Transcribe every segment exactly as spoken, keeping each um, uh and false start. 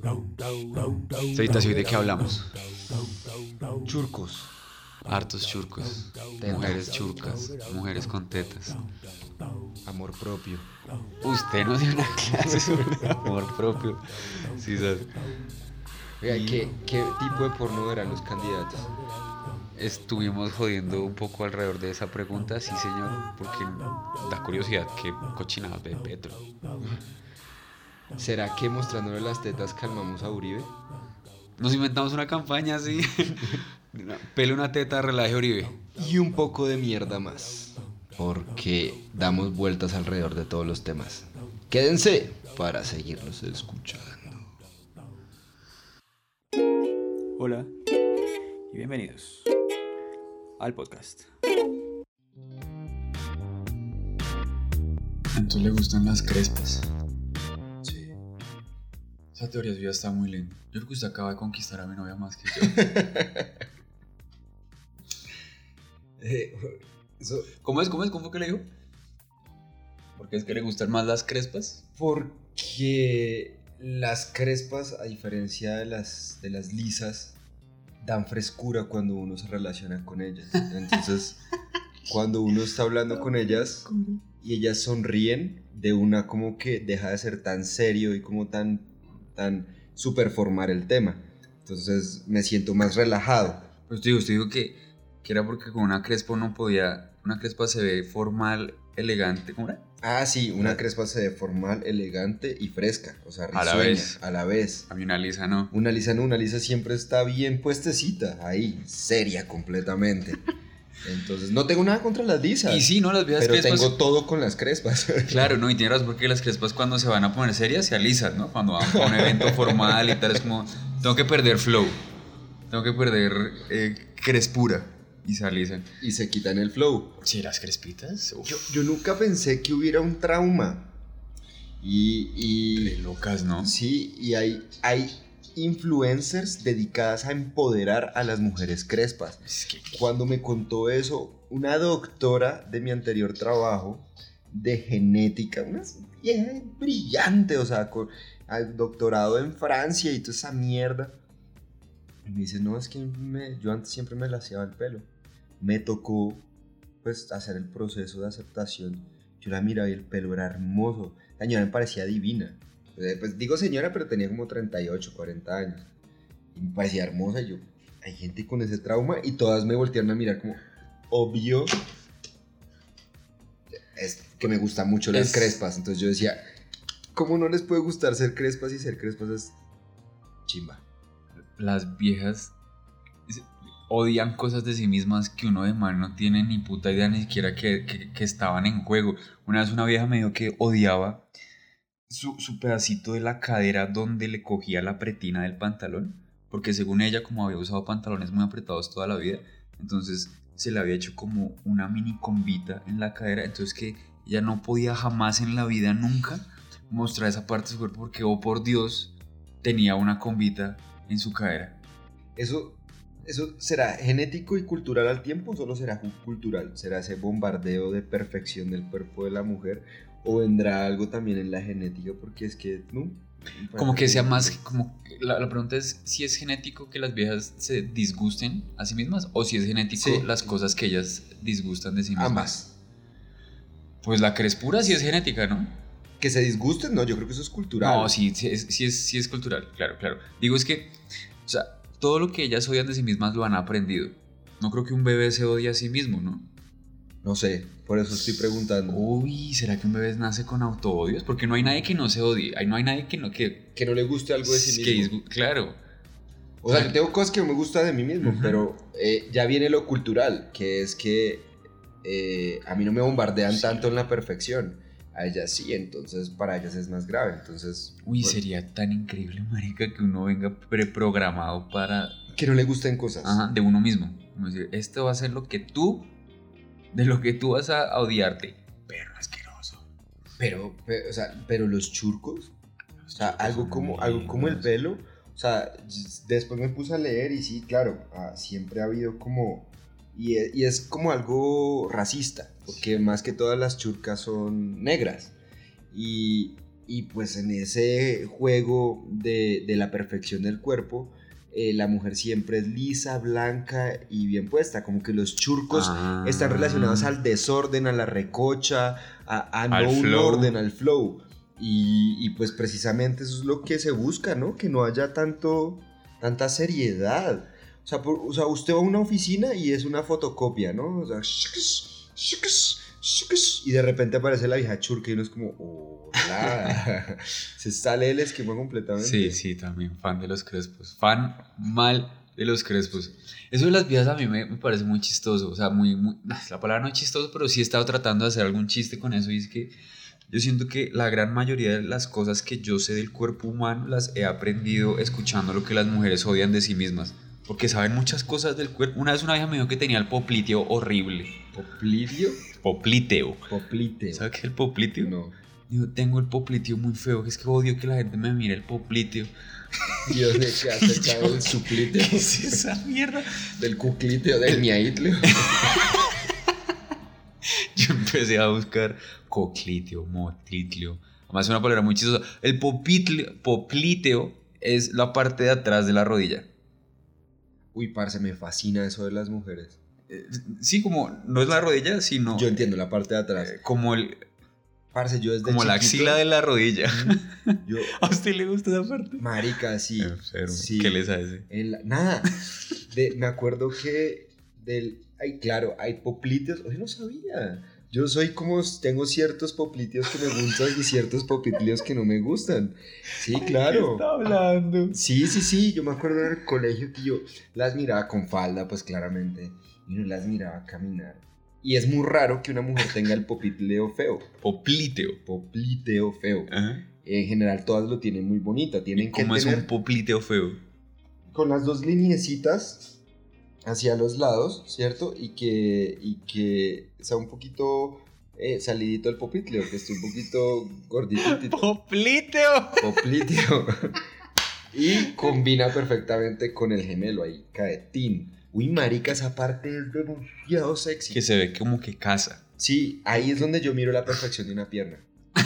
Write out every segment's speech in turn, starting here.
Cevita, ¿de qué hablamos? Churcos. Hartos churcos. Tetas. Mujeres churcas. Mujeres con tetas. Amor propio. Usted no dio una clase sobre amor propio. Sí, ¿sabes? Oiga, ¿qué, ¿qué tipo de porno eran los candidatos? Estuvimos jodiendo un poco alrededor de esa pregunta, sí señor, porque da curiosidad qué cochinadas de Petro. ¿Será que mostrándole las tetas calmamos a Uribe? Nos inventamos una campaña así. Pele una teta, relaje Uribe. Y un poco de mierda más, porque damos vueltas alrededor de todos los temas. Quédense para seguirnos escuchando. Hola y bienvenidos al podcast. ¿A tú le gustan las crespas? Sí. Esa teoría suya está muy linda. Yo creo que usted acaba de conquistar a mi novia más que yo. eh, eso, ¿Cómo es? ¿Cómo es? ¿Cómo fue que le dijo? ¿Por qué es que le gustan más las crespas? porque las crespas, a diferencia de las, de las lisas, dan frescura cuando uno se relaciona con ellas. Entonces, cuando uno está hablando con ellas y ellas sonríen, de una como que deja de ser tan serio y como tan, tan superformar el tema. Entonces, me siento más relajado. Pues te digo, usted dijo que, que era porque con una crespa uno podía... Una crespa se ve formal, elegante, ¿cómo era? Ah, sí, una crespa se ve formal, elegante y fresca, o sea, risueña, A la vez. A la vez. A mí una lisa no. Una lisa no, una lisa siempre está bien puestecita, ahí, seria completamente. Entonces, no tengo nada contra las lisas. Y sí, ¿no? Las viejas pero crespas... tengo todo con las crespas. Claro, no, y tienes razón porque las crespas cuando se van a poner serias se alisan, ¿no? Cuando van a un evento formal y tal, es como... Tengo que perder flow. Tengo que perder eh, crespura. Y se alisan. Y se quitan el flow. Sí, las crespitas. Yo, yo nunca pensé que hubiera un trauma. Y... y Re locas, ¿no? Sí, y hay, hay influencers dedicadas a empoderar a las mujeres crespas. Es que... Cuando me contó eso, una doctora de mi anterior trabajo de genética, una vieja brillante, o sea, con al doctorado en Francia y toda esa mierda. Y me dice, no, es que me, yo antes siempre me laseaba el pelo. Me tocó, pues, hacer el proceso de aceptación. Yo la miraba y el pelo era hermoso. La señora me parecía divina. Pues digo señora, pero tenía como treinta y ocho, cuarenta años. Y me parecía hermosa. Y yo, hay gente con ese trauma. Y todas me voltearon a mirar como, obvio, es que me gustan mucho las Es... crespas. Entonces yo decía, ¿cómo no les puede gustar ser crespas y ser crespas es chimba? Las viejas odian cosas de sí mismas que uno de mal no tiene ni puta idea ni siquiera que, que, que estaban en juego. Una vez una vieja me dijo que odiaba su, su pedacito de la cadera donde le cogía la pretina del pantalón, porque según ella, como había usado pantalones muy apretados toda la vida, entonces se le había hecho como una mini combita en la cadera, entonces que ella no podía jamás en la vida nunca mostrar esa parte de su cuerpo porque, oh por Dios, tenía una combita en su cadera. Eso, ¿Eso será genético y cultural al tiempo o solo será cultural? ¿Será ese bombardeo de perfección del cuerpo de la mujer? ¿O vendrá algo también en la genética? Porque es que, ¿no? Como que sea más, como la, la pregunta es si es genético que las viejas se disgusten a sí mismas o si es genético sí. las cosas que ellas disgustan de sí mismas. Ambas. Pues la crespura sí es genética, ¿no? Que se disgusten, no, yo creo que eso es cultural. No, sí, sí es, sí es, sí es cultural, claro, claro. Digo es que, o sea, todo lo que ellas odian de sí mismas lo han aprendido. No creo que un bebé se odie a sí mismo, ¿no? No sé, por eso estoy preguntando. Uy, ¿será que un bebé nace con autoodios? Porque no hay nadie que no se odie, no hay nadie que no... Que, que no le guste algo de sí que mismo. Disgu- claro. O sea, yo tengo cosas que no me gustan de mí mismo, uh-huh. pero eh, ya viene lo cultural, que es que eh, a mí no me bombardean sí. tanto en la perfección. A ellas sí, entonces para ellas es más grave, entonces... Uy, bueno. Sería tan increíble, marica, que uno venga preprogramado para... Que no le gusten cosas. Ajá, de uno mismo. Como decir, esto va a ser lo que tú... De lo que tú vas a odiarte. Perro asqueroso. Pero, pero, o sea, pero los churcos... O sea, algo como, algo como el pelo... O sea, después me puse a leer y sí, claro, ah, siempre ha habido como... Y es, y es como algo racista, porque más que todas las churcas son negras. Y, y pues en ese juego de, de la perfección del cuerpo, eh, la mujer siempre es lisa, blanca y bien puesta, como que los churcos Ah. están relacionados al desorden, a la recocha, a, a Al no un flow. orden, al flow. Y, y pues precisamente eso es lo que se busca, ¿no? Que no haya tanto, tanta seriedad. O sea, por, o sea, usted va a una oficina y es una fotocopia, ¿no? O sea, shucks, shucks, shucks, y de repente aparece la vieja churca y uno es como, hola. Se sale el esquema completamente. Sí, sí, también fan de los crespos. Fan mal de los crespos. Eso de las viejas a mí me, me parece muy chistoso. O sea, muy, muy. La palabra no es chistoso, pero sí he estado tratando de hacer algún chiste con eso. Y es que yo siento que la gran mayoría de las cosas que yo sé del cuerpo humano las he aprendido escuchando lo que las mujeres odian de sí mismas. Porque saben muchas cosas del cuerpo. Una vez una vieja me dijo que tenía el popliteo horrible. ¿Popliteo? Popliteo. Popliteo. ¿Sabes qué es el popliteo? No. Digo, tengo el popliteo muy feo. Es que odio que la gente me mire el popliteo. Dios mío, que acerca Yo- del supliteo. ¿Qué es esa mierda? Del cucliteo, del miaitleo. Yo empecé a buscar cocliteo, motliteo. Además es una palabra muy chistosa. El popitle- popliteo es la parte de atrás de la rodilla. Uy, parce, me fascina eso de las mujeres. Eh, Sí, como no es la rodilla, sino Yo entiendo la parte de atrás. eh, como, el, Parce, yo desde como la chiquito, axila de la rodilla. Yo, ¿A usted le gusta esa parte? marica, sí. Enfermo. sí. ¿Qué les hace? En la- nada. De- me acuerdo que del... Ay, claro, hay popliteos. Oye, no sabía. Yo soy como... Tengo ciertos popliteos que me gustan y ciertos popliteos que no me gustan. Sí, claro. ¿Qué está hablando? Sí, sí, sí. Yo me acuerdo en el colegio que yo las miraba con falda, pues claramente. Y no las miraba caminar. Y es muy raro que una mujer tenga el popliteo feo. Popliteo. Popliteo feo. Ajá. En general todas lo tienen muy bonita. Tienen que ¿Cómo es tener un popliteo feo? con las dos lineecitas hacia los lados, ¿cierto? Y que, y que sea un poquito eh, salidito el popliteo, que esté un poquito gordito. ¡Popliteo! Popliteo. Y combina perfectamente con el gemelo ahí, caetín. Uy, marica, esa parte es demasiado sexy. Que se ve como que casa. Sí, ahí es donde yo miro la perfección de una pierna.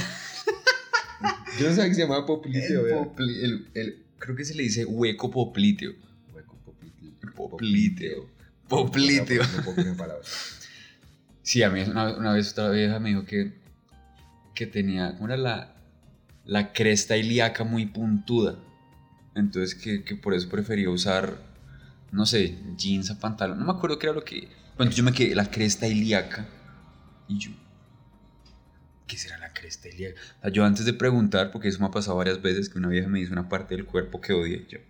Yo no sabía que se llamaba popliteo, El ¿verdad? popli- el- el- creo que se le dice hueco popliteo. Hueco, popliteo. Popliteo. Popliteo. No puedo poner palabras. Sí, a mí una, una vez otra vieja me dijo que, que tenía, ¿cómo era la, la cresta ilíaca muy puntuda? Entonces que, que por eso prefería usar, no sé, jeans a pantalón. No me acuerdo qué era lo que... Bueno, yo me quedé la cresta ilíaca y yo... ¿Qué será la cresta ilíaca? O sea, yo antes de preguntar, porque eso me ha pasado varias veces, que una vieja me dice una parte del cuerpo que odié, yo...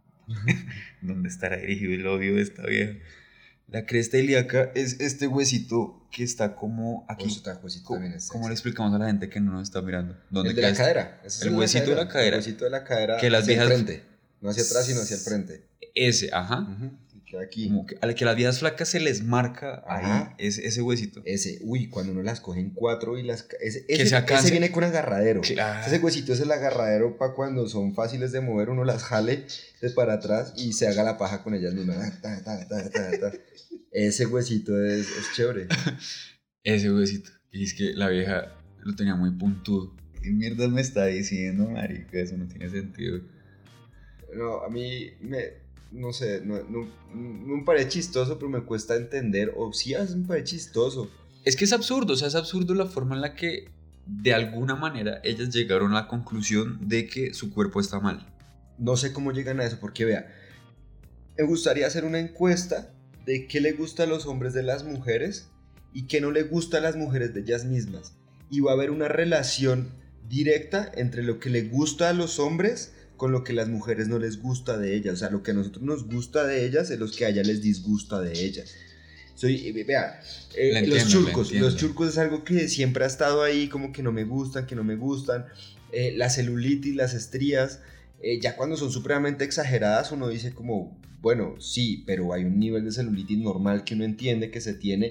¿Dónde estará dirigido el odio de esta vieja? La cresta ilíaca es este huesito que está como aquí. Pues, está, huesito Co- también es ¿Cómo sexy. le explicamos a la gente que no nos está mirando? ¿Dónde El de queda la este? cadera. Ese es El huesito de la cadera. El huesito de la cadera Que las hacia viejas- el frente. No hacia atrás, sino hacia el frente. Ese, ajá. Ujú. Y queda aquí. Como que a la que las viejas flacas se les marca Ajá. ahí ese, ese huesito. Ese, uy, cuando uno las coge en cuatro y las... ca- Ese, Que ese, se alcance. ese viene con agarradero. Claro. Ese huesito es el agarradero para cuando son fáciles de mover, uno las jale de para atrás y se haga la paja con ellas mismas. Ta, ta, ta, ta, ta. Ese huesito es, es chévere. Ese huesito. Y es que la vieja lo tenía muy puntudo. ¿Qué mierda me está diciendo, marica? Eso no tiene sentido. No, a mí me... No sé, no, no, no me parece chistoso, pero me cuesta entender. O sí, a veces me parece chistoso. Es que es absurdo, o sea, es absurdo la forma en la que de alguna manera ellas llegaron a la conclusión de que su cuerpo está mal. No sé cómo llegan a eso, porque vea, me gustaría hacer una encuesta de qué le gusta a los hombres de las mujeres y qué no le gusta a las mujeres de ellas mismas. Y va a haber una relación directa entre lo que le gusta a los hombres con lo que las mujeres no les gusta de ellas. O sea, lo que a nosotros nos gusta de ellas es lo que a ella les disgusta de ellas. Soy, vea, eh, La los entiendo, la churcos, entiendo. los churcos es algo que siempre ha estado ahí, como que no me gustan, que no me gustan. Eh, la celulitis, las estrías, eh, ya cuando son supremamente exageradas, uno dice como, bueno, sí, pero hay un nivel de celulitis normal que uno entiende que se tiene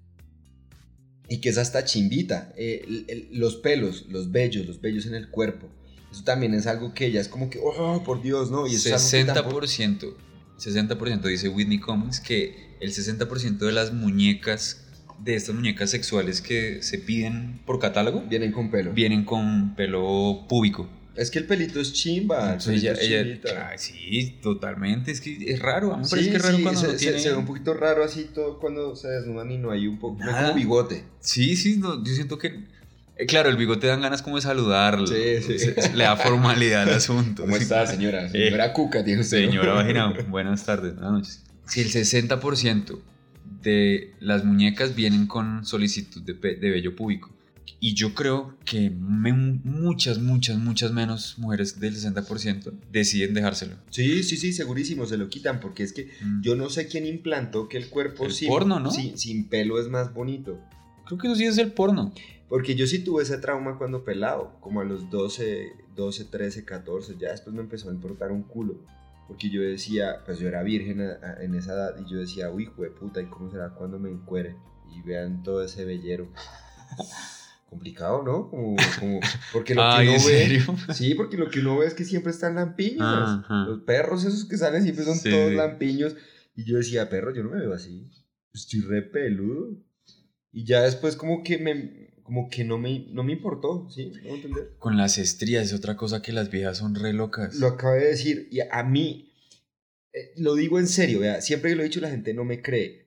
y que es hasta chimbita. Eh, el- el- los pelos, los vellos, los vellos en el cuerpo. Eso también es algo que ella es como que, oh, por Dios, ¿no? Y eso es algo que sesenta tampoco- por ciento, sesenta por ciento dice Whitney Cummings que el sesenta por ciento de las muñecas de estas muñecas sexuales que se piden por catálogo Vienen con pelo. vienen con pelo púbico. Es que el pelito es chimba. El Entonces pelito ella, es ella- chimbita. ah, sí, totalmente, es que es raro, a mí me Sí, parece que es raro sí, cuando se, no se- tiene... se ve un poquito raro así todo cuando se desnudan y no hay un poco, no hay Nada. como bigote. Sí, sí, no, yo siento que... eh, claro, el bigote dan ganas como de saludarlo. Sí, sí. Se- se- le da formalidad al asunto. ¿Cómo Sí. está, señora? Señora Cuca, tiene usted. ¿no? Señora vagina, buenas tardes, buenas noches. Si el sesenta por ciento de las muñecas vienen con solicitud de, pe- de vello púbico, y yo creo que me- muchas, muchas, muchas menos mujeres del sesenta por ciento deciden dejárselo. Sí, sí, sí, segurísimo, se lo quitan porque es que Mm. yo no sé quién implantó que el cuerpo El sin, porno, ¿no? sin, sin pelo es más bonito. Creo que eso sí es el porno. Porque yo sí tuve ese trauma cuando pelado, como a los doce, doce, trece, catorce, ya después me empezó a importar un culo. Porque yo decía, pues yo era virgen a- a- en esa edad y yo decía, uy, hijo de puta, ¿y cómo será cuando me encuere? Y vean todo ese vellero. Complicado, ¿no? Como, como, porque lo que Ay, uno ¿en ve... serio? Sí, porque lo que uno ve es que siempre están lampiños. Ajá. Los perros esos que salen siempre son Sí, todos sí. lampiños. Y yo decía, perro, yo no me veo así. Estoy re peludo. Y ya después como que me... Como que no me, no me importó, ¿sí? ¿No entender? Con las estrías es otra cosa que las viejas son re locas. Lo acabé de decir y a mí, eh, lo digo en serio, vea, siempre que lo he dicho la gente no me cree.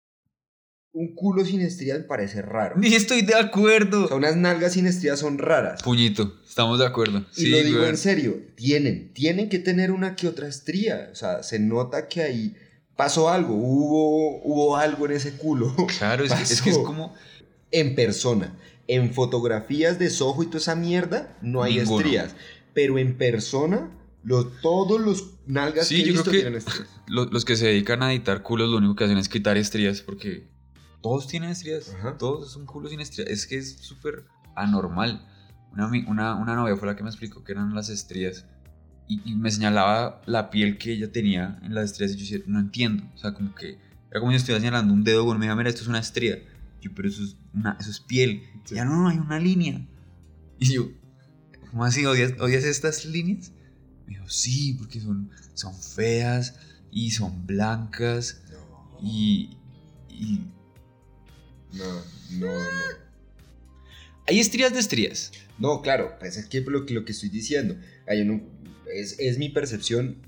Un culo sin estrías me parece raro. Ni estoy de acuerdo. O sea, unas nalgas sin estrías son raras. Puñito, estamos de acuerdo. Y Sí, lo digo güey. en serio, tienen, tienen que tener una que otra estría. O sea, se nota que ahí pasó algo, hubo, hubo algo en ese culo. Claro, es que, es que es Pasó. como... En persona. En fotografías de Soho y toda esa mierda, no hay Ninguno. estrías. Pero en persona, lo- todos los nalgas Sí, que he yo visto creo que- tienen estrías. Lo- los que se dedican a editar culos lo único que hacen es quitar estrías porque todos tienen estrías. Ajá. Todos son culos sin estrías. Es que es súper anormal. Una, ami- una, una novia fue la que me explicó que eran las estrías. Y, y me señalaba la piel que ella tenía en las estrías y yo decía, no entiendo. O sea, como que era como si estuviera señalando un dedo. Bueno, me dijo, mira, esto es una estría. Yo, pero eso es, una, eso es piel. Sí. Ya no, no, hay una línea. Y yo, ¿cómo así? ¿Odias, odias estas líneas? Me dijo, sí, porque son, son feas y son blancas y, y... No, no, no. Hay estrías de estrías. No, claro, pues es que lo, que- lo que estoy diciendo, hay uno- es, es mi percepción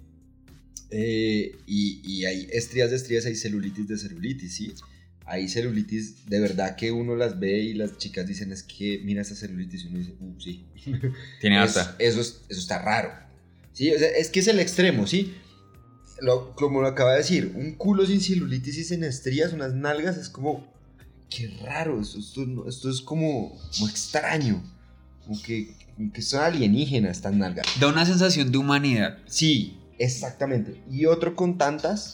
eh, y, y hay estrías de estrías, hay celulitis de celulitis, ¿sí? Hay celulitis de verdad que uno las ve y las chicas dicen, es que mira esa celulitis y uno dice, uh, sí. Tiene Eso- harta. Eso, es- eso está raro. ¿Sí? O sea, es que es el extremo, ¿sí? Lo- como lo acaba de decir, un culo sin celulitis y sin estrías, unas nalgas, es como, qué raro, esto, esto, no- esto es como, como extraño. Como que, como que son alienígenas estas nalgas. Da una sensación de humanidad. Sí, exactamente. Y otro con tantas,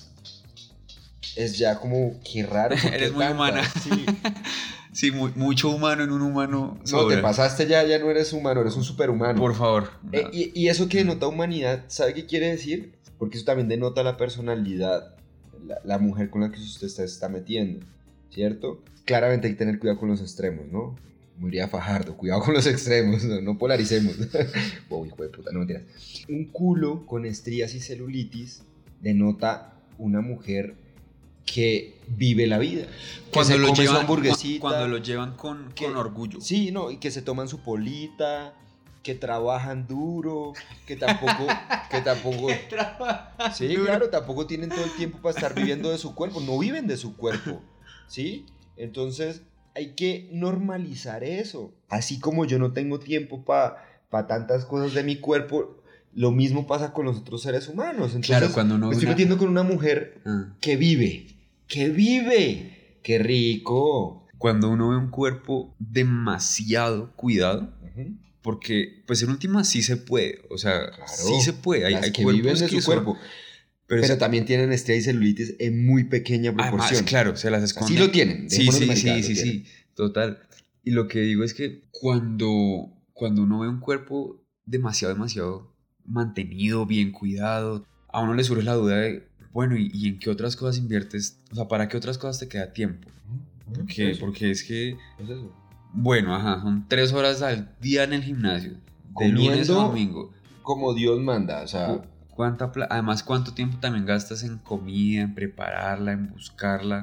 es ya como, qué raro. ¿por qué Eres muy tantas? humana. Sí. Sí, mu- mucho humano en un humano. No, sobra. te pasaste ya, ya no eres humano, eres un superhumano. Por favor. Eh, No. y, y eso que denota humanidad, ¿sabe qué quiere decir? Porque eso también denota la personalidad, la, la mujer con la que usted está, se está metiendo, ¿cierto? Claramente hay que tener cuidado con los extremos, ¿no? Muriría Fajardo, cuidado con los extremos, no, no polaricemos. Oh, hijo de puta, no mentiras. Un culo con estrías y celulitis denota una mujer que vive la vida. Que Cuando se lo come su llevan, hamburguesita. cuando lo llevan con, que- con orgullo. Sí, no, y que se toman su polita, que trabajan duro, que tampoco, que tampoco, sí, claro, tampoco tienen todo el tiempo para estar viviendo de su cuerpo, no viven de su cuerpo, ¿sí? Entonces hay que normalizar eso. Así como yo no tengo tiempo para pa tantas cosas de mi cuerpo, lo mismo pasa con los otros seres humanos. Entonces, Claro, cuando uno me ve estoy una- metiendo con una mujer Ah. que vive, que vive, qué rico. Cuando uno ve un cuerpo demasiado cuidado, Ujú. porque pues en última sí se puede, o sea, Claro, sí se puede. Hay, las hay que cuerpos viven de que su son- cuerpo. Pero, Pero es- también tienen estría y celulitis en muy pequeña además, proporción. claro, se las O sea, esconden. sí lo tienen. Sí, dejémonos sí, de sí, maricadas, sí, lo sí, total. Y lo que digo es que cuando, cuando uno ve un cuerpo demasiado, demasiado mantenido, bien cuidado, a uno le surge la duda de, bueno, ¿y, y en qué otras cosas inviertes? O sea, ¿para qué otras cosas te queda tiempo? tienen. Porque, Eso, porque es que, es eso. bueno, ajá, son tres horas al día en el gimnasio, de lunes a Comiendo. domingo. Como Dios manda, o sea, Cu- ¿Cuánta pla- Además, ¿cuánto tiempo también gastas en comida, en prepararla, en buscarla?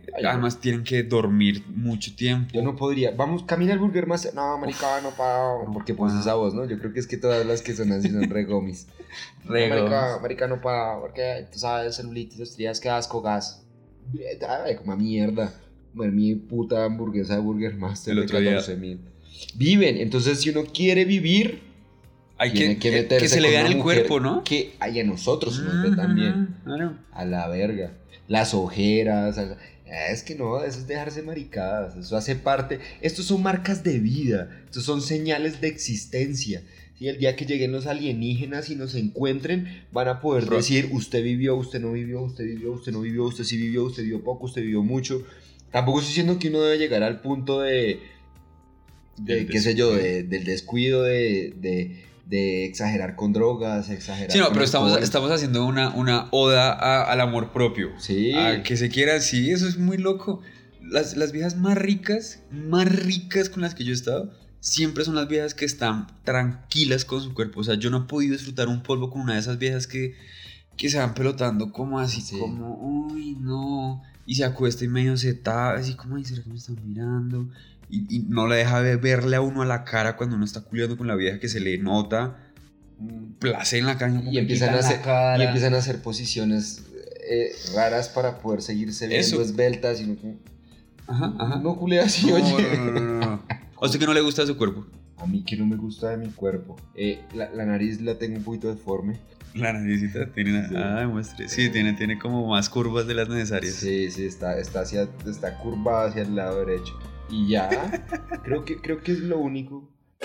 Ay, además tienen que dormir mucho tiempo. Yo no podría. Vamos, camina el Burger Master. No, marica, no puedo. No Porque puedo. pues esa voz, ¿no? Yo creo que es que todas las que son así son re gomis. Re No, marica, gomis. marica, no puedo. Porque tú sabes, celulitis, estrías, que asco, gas. Ay, como mierda. Comer mi puta hamburguesa de Burger Master El de otro día. catorce mil. Viven. Entonces, si uno quiere vivir, Hay tiene que, que que, meterse que se le con vea en una el mujer cuerpo, ¿no? que hay a nosotros se nos ve también. Claro. A la verga. Las ojeras. a- Es que no, eso es dejarse maricadas. Eso hace parte. Estos son marcas de vida. Estos son señales de existencia. ¿Sí? El día que lleguen los alienígenas y nos encuentren, van a poder Bro. decir: usted vivió, usted no vivió, usted vivió, usted no vivió, usted sí vivió, usted vivió poco, usted vivió mucho. Tampoco estoy diciendo que uno debe llegar al punto de. de Del qué sé yo, descuido. de- del descuido, de. de de exagerar con drogas, exagerar Sí, no, con pero estamos, alcohol. estamos haciendo una, una oda a- al amor propio. Sí. A que se quiera, sí, eso es muy loco. Las, las viejas más ricas, más ricas con las que yo he estado, siempre son las viejas que están tranquilas con su cuerpo. O sea, yo no he podido disfrutar un polvo con una de esas viejas que, que se van pelotando como así, Sí. como, uy, no. Y se acuesta y medio se tapa, así como, ay, ¿será que me están mirando? Y, y no le deja de verle a uno a la cara cuando uno está culiando con la vieja, que se le nota placer en la cara. Y empiezan, a hacer, y empiezan a hacer posiciones eh, raras para poder seguirse viendo Eso. esbeltas y no, como- Ajá, ajá. no culea así, No, oye. no, no, no, no. ¿A usted que no le gusta su cuerpo? A mí que no me gusta de mi cuerpo. Eh, la, la nariz la tengo un poquito deforme. La naricita tiene una... Sí. Ah, muestre. Sí, tiene, tiene como más curvas de las necesarias. Sí, sí, está, está, hacia, está curvada hacia el lado derecho. Y ya, creo que, creo que es lo único.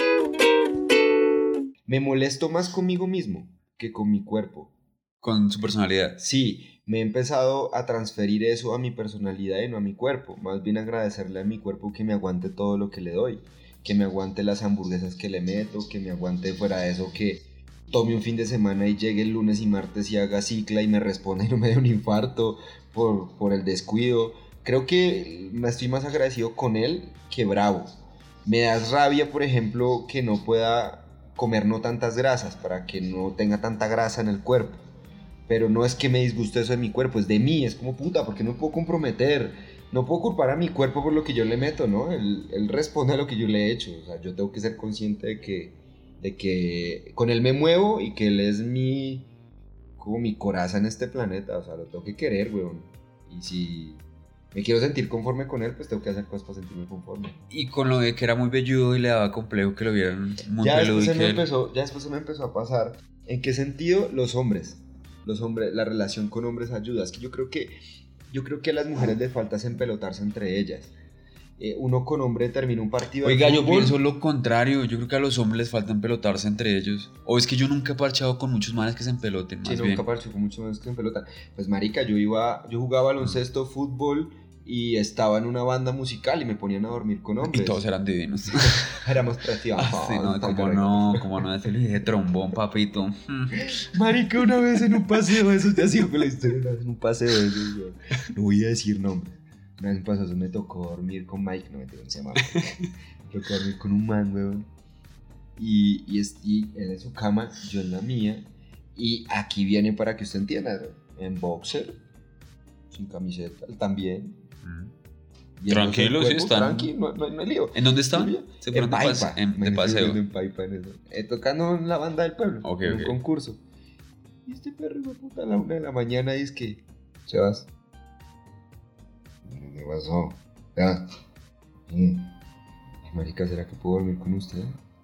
Me molesto más conmigo mismo que con mi cuerpo. Con su personalidad. Sí, me he empezado a transferir eso a mi personalidad y no a mi cuerpo. Más bien agradecerle a mi cuerpo que me aguante todo lo que le doy. Que me aguante las hamburguesas que le meto, que me aguante fuera de eso, que tome un fin de semana y llegue el lunes y martes y haga cicla y me responda y no me dé un infarto por, por el descuido. Creo que me estoy más agradecido con él que bravo. Me da rabia, por ejemplo, que no pueda comer no tantas grasas para que no tenga tanta grasa en el cuerpo. Pero no es que me disguste eso de mi cuerpo, es de mí, es como puta, porque no puedo comprometer, no puedo culpar a mi cuerpo por lo que yo le meto, ¿no? Él, él responde a lo que yo le he hecho, o sea, yo tengo que ser consciente de que, de que con él me muevo y que él es mi, como mi coraza en este planeta, o sea, lo tengo que querer, weón. Y si me quiero sentir conforme con él, pues tengo que hacer cosas para sentirme conforme. Y con lo de que era muy velludo y le daba complejo que lo vieran muy Ya peludo después, y se que me él... empezó, ya después se me empezó a pasar. ¿En qué sentido? Los hombres. Los hombres, la relación con hombres ayuda. Es que yo creo que, yo creo que a las mujeres les falta es empelotarse entre ellas. Eh, uno con hombre termina un partido Oiga, de yo fútbol. pienso lo contrario. Yo creo que a los hombres les falta empelotarse entre ellos. O es que yo nunca he parchado con muchos manes que se empeloten, más Sí, bien. nunca parcho con mucho más que se empelotan. Pues marica, yo iba, yo jugaba baloncesto, fútbol y estaba en una banda musical y me ponían a dormir con hombres. Y todos eran divinos. Éramos preciosos. Ah, sí, no, tal como que no, como no, ese le dije trombón, papito. Marica, una vez en un paseo, eso te ha sido con la historia, una vez en un paseo de esos, güey. No voy a decir nombre. Una vez en un paseo me tocó dormir con Mike, no me entiendo, se llama Mike. Me tocó dormir con un man, weón. Y, y, es- y él en su cama, yo en la mía. Y aquí viene para que usted entienda, en boxer, sin camiseta, él también. viéndose Tranquilo, el sí, cuerpo, están- Tranqui, no, no, no hay lío. ¿En dónde estaban? Sí, Se En fueron de, Paipa. pase- en- Me de estoy paseo. viendo en Paipa en eso. Eh, tocando en la banda del pueblo. Ok, en ok. un concurso. Y este perro hijo de puta a la una de la mañana dice que... Sebas. ¿Qué pasó? Ya. Sí. Ay, marica, ¿será que puedo dormir con usted?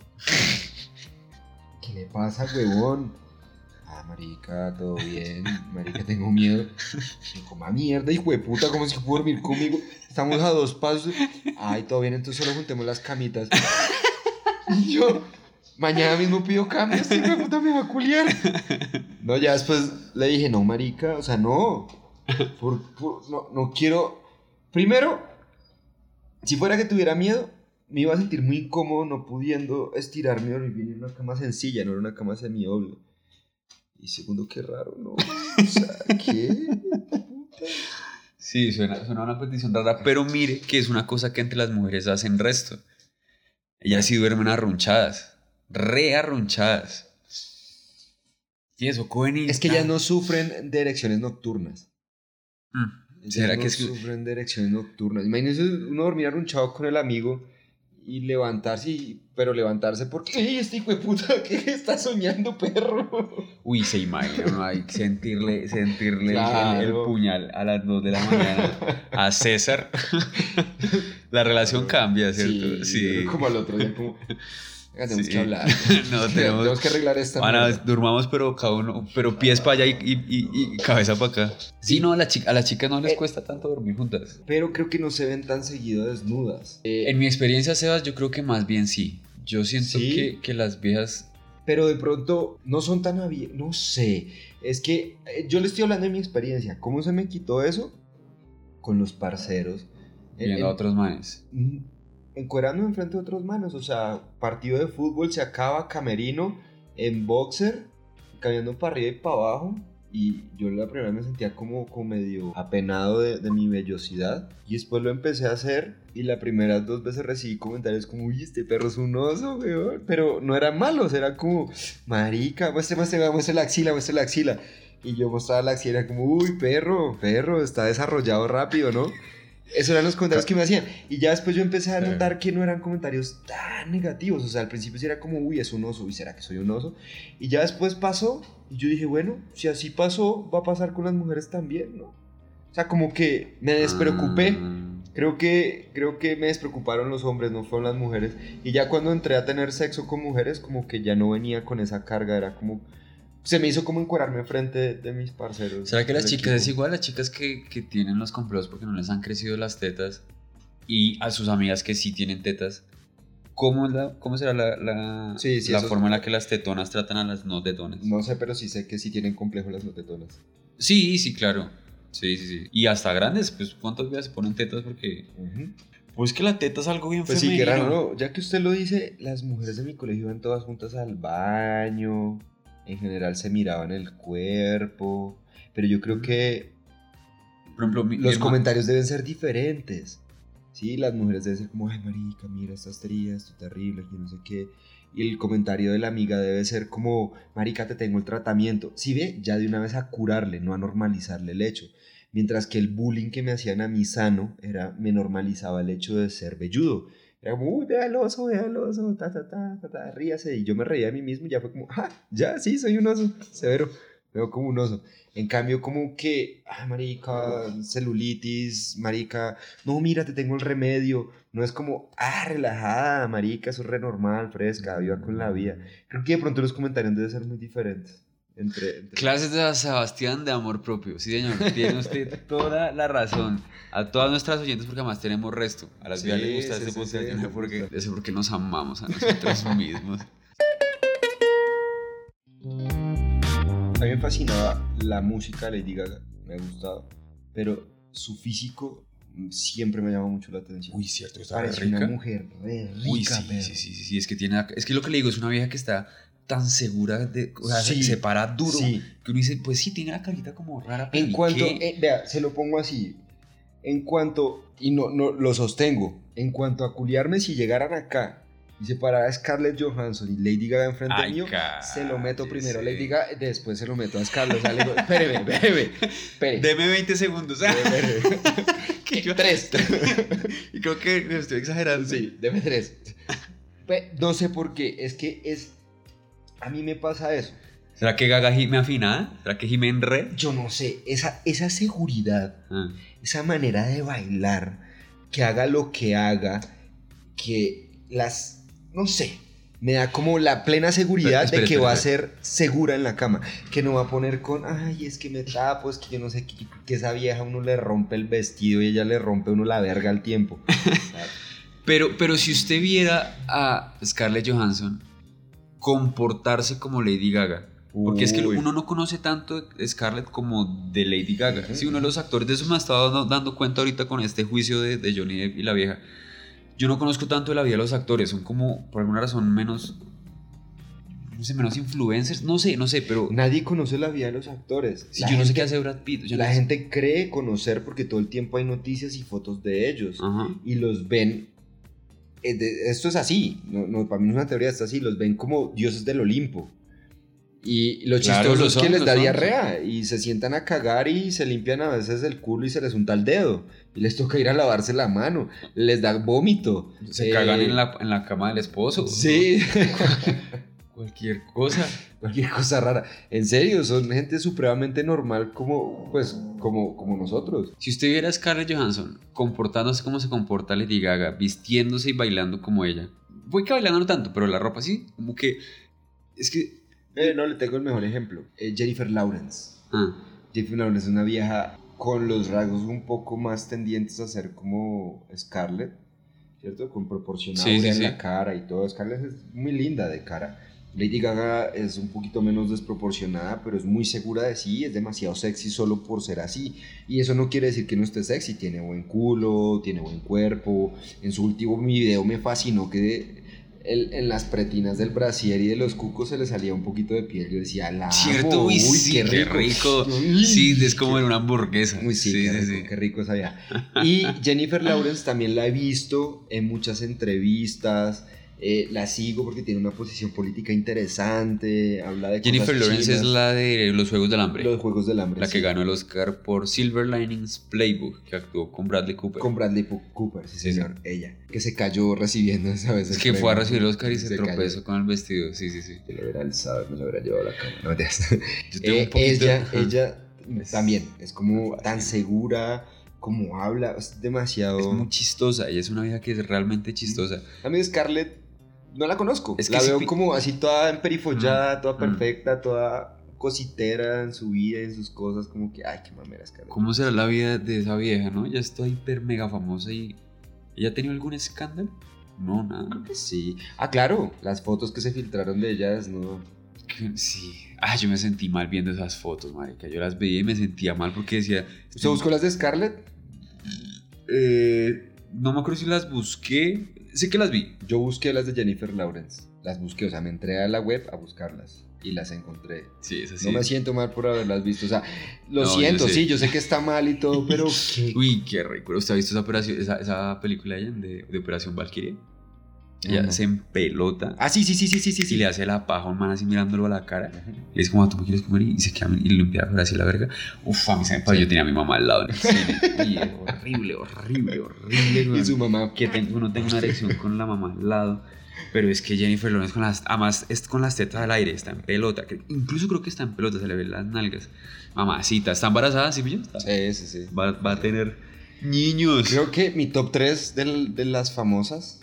¿Qué le pasa, huevón? Ah, marica, todo bien. Marica, tengo miedo. Yo, coma mierda, hijo de puta, ¿cómo es que puedo dormir conmigo? Estamos a dos pasos. Ay, todo bien, entonces solo juntemos las camitas. Y yo, mañana mismo pido cambio, este hijo de puta me va a culiar. No, ya después le dije, no, marica, o sea, no. Por, por- no, no quiero. Primero, si fuera que tuviera miedo, me iba a sentir muy incómodo no pudiendo estirarme y dormir bien en una cama sencilla, no era una cama semidoble. Y segundo, qué raro, ¿no? O sea, ¿qué? Sí, suena, suena una petición rara, pero mire que es una cosa que entre las mujeres hacen resto. Ellas sí duermen arrunchadas, re arrunchadas. Y eso, cogen y... Es que ellas no sufren de erecciones nocturnas. Mm. ¿Será no que es que- sufren de erecciones nocturnas? Imagínense uno dormir arrunchado con el amigo y levantarse, y- pero levantarse porque ¡ey, este hijo de puta! ¿Qué está soñando, perro? Uy, se imagina, ¿no? Hay que sentirle, sentirle el- Claro. el, el puñal a las dos de la mañana a César. La relación cambia, ¿cierto? Sí, como al otro día, como... "Venga, tenemos Sí. que hablar. No, tenemos- tenemos que arreglar esta Ana, mierda". durmamos, pero cada uno, pero pies para allá y, y- y- y cabeza para acá. Sí, no, a, la chica, a las chicas no les Eh. cuesta tanto dormir juntas. Pero creo que no se ven tan seguido desnudas. Eh, En mi experiencia, Sebas, yo creo que más bien sí. Yo siento ¿Sí? que, que las viejas... Pero de pronto no son tan abiertas. No sé. Es que eh, yo le estoy hablando de mi experiencia. ¿Cómo se me quitó eso? Con los parceros. En- Viendo a en- otros manes. mm, encuerando enfrente de otros manos. O sea, partido de fútbol se acaba, camerino, en boxer, caminando para arriba y para abajo. Y yo la primera vez me sentía como, como medio apenado de, de mi vellosidad. Y después lo empecé a hacer. Y las primeras dos veces recibí comentarios como, uy, este perro es un oso, weón. Pero no eran malos, era como, marica, muestre, muestre, muestre la axila, muestre la axila. Y yo mostraba la axila, era como, uy, perro, perro, está desarrollado rápido, ¿no? Esos eran los comentarios que me hacían. Y ya después yo empecé a notar que no eran comentarios tan negativos. O sea, al principio sí era como, uy, es un oso, uy, ¿será que soy un oso? Y ya después pasó. Y yo dije, bueno, si así pasó, va a pasar con las mujeres también, ¿no? O sea, como que me despreocupé. Ah. Creo que, creo que me despreocuparon los hombres, no fueron las mujeres. Y ya cuando entré a tener sexo con mujeres, como que ya no venía con esa carga. Era como... Se me hizo como encuerarme frente de, de mis parceros. ¿Será que las del chicas es equipo. igual? Las chicas que, que tienen los complejos porque no les han crecido las tetas y a sus amigas que sí tienen tetas, ¿cómo, es la, cómo será la, la, Sí, sí, la eso es- forma en la que las tetonas tratan a las no tetonas? No sé, pero sí sé que sí tienen complejo las notetonas. Sí, sí, claro. Sí, sí, sí. Y hasta grandes, pues ¿cuántas veces se ponen tetas? Porque... Pues que la teta es algo bien Pues sí, femenino. qué raro, ¿no? Ya que usted lo dice, las mujeres de mi colegio iban todas juntas al baño. En general se miraban el cuerpo. Pero yo creo que Por ejemplo, mi, mi los herma- comentarios deben ser diferentes. Sí, las mujeres deben ser como, ay, marica, mira esta estrella, esto terrible, que no sé qué. Y el comentario de la amiga debe ser como, marica, te tengo el tratamiento. Si ve, ya de una vez a curarle, no a normalizarle el hecho. Mientras que el bullying que me hacían a mí sano era, me normalizaba el hecho de ser velludo. Era como, uy, vea el oso, vea el oso, ta, ta, ta, ta, ta, ríase. Y yo me reía de mí mismo y ya fue como, ah, ya, sí, soy un oso, severo. Veo como un oso. En cambio, como que, ah, marica, celulitis, marica, no, mira, te tengo el remedio. No es como, ah, relajada, marica, eso es re normal, fresca, viva con la vida. Creo que de pronto los comentarios deben ser muy diferentes. Entre, entre- Clases de Sebastián de amor propio. Sí, señor. Tiene usted toda la razón. A todas nuestras oyentes, porque además tenemos resto. A las Sí, vías les gusta sí, este sí, podcast. sí, yo no sé les por qué. gusta. Yo sé por qué nos amamos a nosotros mismos. A mí me fascinaba la música de Lady Gaga, me ha gustado, pero su físico siempre me llama mucho la atención. Uy, cierto, que está Parece rica. una mujer re rica, Uy, sí, perro. sí, sí, sí, sí. Es que tiene. Es que lo que le digo es una vieja que está tan segura de. O sea, se- Sí, se para duro. sí. Que uno dice, pues sí, tiene la carita como rara. Pero En ¿y cuanto, qué? eh, vea, se lo pongo así, en cuanto, y no, no lo sostengo, en cuanto a culiarme, si llegaran acá y se parara Scarlett Johansson y Lady Gaga enfrente Ay, mío, se lo meto cállese. primero a Lady Gaga, después se lo meto a Scarlett. O sea, le digo, espéreme, espéreme, espéreme. Deme veinte segundos. espéreme. Que yo- Tres. Y creo que estoy exagerando. Sí, deme tres. Pe- No sé por qué, es que es. A mí me pasa eso. ¿Será que Gaga gime afinada? ¿Será que gime en re? Yo no sé, esa, esa seguridad, Ah. esa manera de bailar, que haga lo que haga, que las. No sé, me da como la plena seguridad Pero, espera, de que espera, va espera. a ser segura en la cama. Que no va a poner con, ay, es que me tapo, es que yo no sé, que, que esa vieja uno le rompe el vestido y ella le rompe a uno la verga al tiempo. Pero, pero si usted viera a Scarlett Johansson comportarse como Lady Gaga, porque es que Uy. uno no conoce tanto de Scarlett como de Lady Gaga. Ujú. Sí, uno de los actores, de eso me ha estado dando, dando cuenta ahorita con este juicio de, de Johnny Depp y la vieja. Yo no conozco tanto de la vida de los actores, son como, por alguna razón, menos, no sé, menos influencers, no sé, no sé, pero Nadie conoce la vida de los actores. si La yo no sé gente- qué hace Brad Pitt. yo La no sé. gente cree conocer porque todo el tiempo hay noticias y fotos de ellos. Ajá. Y los ven. eh, de- Esto es así. No, no, para mí no es una teoría, esto es así. Los ven como dioses del Olimpo. Y lo Claro, chistoso lo es que son, les lo da son, diarrea y se sientan a cagar y se limpian a veces el culo y se les unta el dedo. Y les toca ir a lavarse la mano. Les da vómito. Se Eh, cagan en la, en la cama del esposo. Sí. Cualquier cosa. Cualquier cosa rara. En serio, son gente supremamente normal como, pues, como, como nosotros. Si usted viera a Scarlett Johansson comportándose como se comporta Lady Gaga, vistiéndose y bailando como ella. Fue que bailando no tanto, pero la ropa sí. Como que... Es que... Eh, no, le tengo el mejor ejemplo. Eh, Jennifer Lawrence. Ah, Jennifer Lawrence es una vieja con los rasgos un poco más tendientes a ser como Scarlett, ¿cierto? Con proporcionada Sí, sí, en sí. la cara y todo. Scarlett es muy linda de cara. Lady Gaga es un poquito menos desproporcionada, pero es muy segura de sí, es demasiado sexy solo por ser así. Y eso no quiere decir que no esté sexy, tiene buen culo, tiene buen cuerpo. En su último video me fascinó que el, en las pretinas del brasier y de los cucos se le salía un poquito de piel. Yo decía, la amo. cierto, uy, uy, sí, qué qué rico. rico. Uy, Sí, es como qué- en una hamburguesa. Uy, sí, sí, qué, sí, rico, sí. qué rico sabía. Y Jennifer Lawrence también la he visto en muchas entrevistas. Eh, la sigo porque tiene una posición política interesante. Habla de Jennifer cosas Lawrence es chinas, la de los Juegos del Hambre. los Juegos del Hambre. La sí. que ganó el Oscar por Silver Linings Playbook, que actuó con Bradley Cooper. Con Bradley Pu- Cooper, sí, Sí, señor. Ella. Que se cayó recibiendo esa vez. Es el que fue a premio. recibir el Oscar y se, cayó. tropezó con el vestido. Sí, sí, sí. Yo lo hubiera alzado, me lo hubiera llevado a la cama. No, mentiras. Yo tengo Eh, un poquito- ella, Ajá. ella Es- también es como me tan fascina. segura, como habla, es demasiado... Es muy chistosa. Ella es una vieja que es realmente chistosa. A mí Scarlett no la conozco. Es que la sí veo pi- como así toda emperifollada, Mm, toda mm. perfecta, toda cositera en su vida, en sus cosas, como que, ay, qué mamera Scarlett. ¿Cómo será la vida de esa vieja, no? Ya está hiper mega famosa y... ¿Ella ha tenido algún escándalo? No, nada. Creo que sí. Ah, claro, las fotos que se filtraron de ellas, no... Que- Sí. Ah, yo me sentí mal viendo esas fotos, marica. Yo las veía y me sentía mal porque decía... ¿Usted buscó las de Scarlett? Eh, no me acuerdo si las busqué. Sé que las vi. Yo busqué las de Jennifer Lawrence. Las busqué, o sea, me entré a la web a buscarlas y las encontré. Sí, es así. No me siento mal por haberlas visto, o sea, lo No, yo siento, sé. sí, yo sé que está mal y todo, pero... ¿qué? Uy, qué rico. ¿Usted ha visto esa, operación, esa, esa película de, ella, de, de Operación Valkyrie? Ella No. se empelota Ah, sí, sí, sí, sí, sí, sí. y le hace la paja a un man así mirándolo a la cara. Ajá. Y es como, ¿tú me quieres comer? Y se queda y limpia por así la verga. Uf, a mí se me pasó. Yo tenía a mi mamá al lado en el cine. Y es horrible, horrible, horrible. Y weón. su mamá... Que tengo, uno tenga una erección con la mamá al lado. Pero es que Jennifer Lawrence con las, además es con las tetas al aire, está en pelota. que- incluso creo que está en pelota, se le ven las nalgas. Mamacita, está embarazada, ¿sí, pillo? Está- Sí, sí, sí. Va, va a tener niños. Creo que mi top tres del- de las famosas.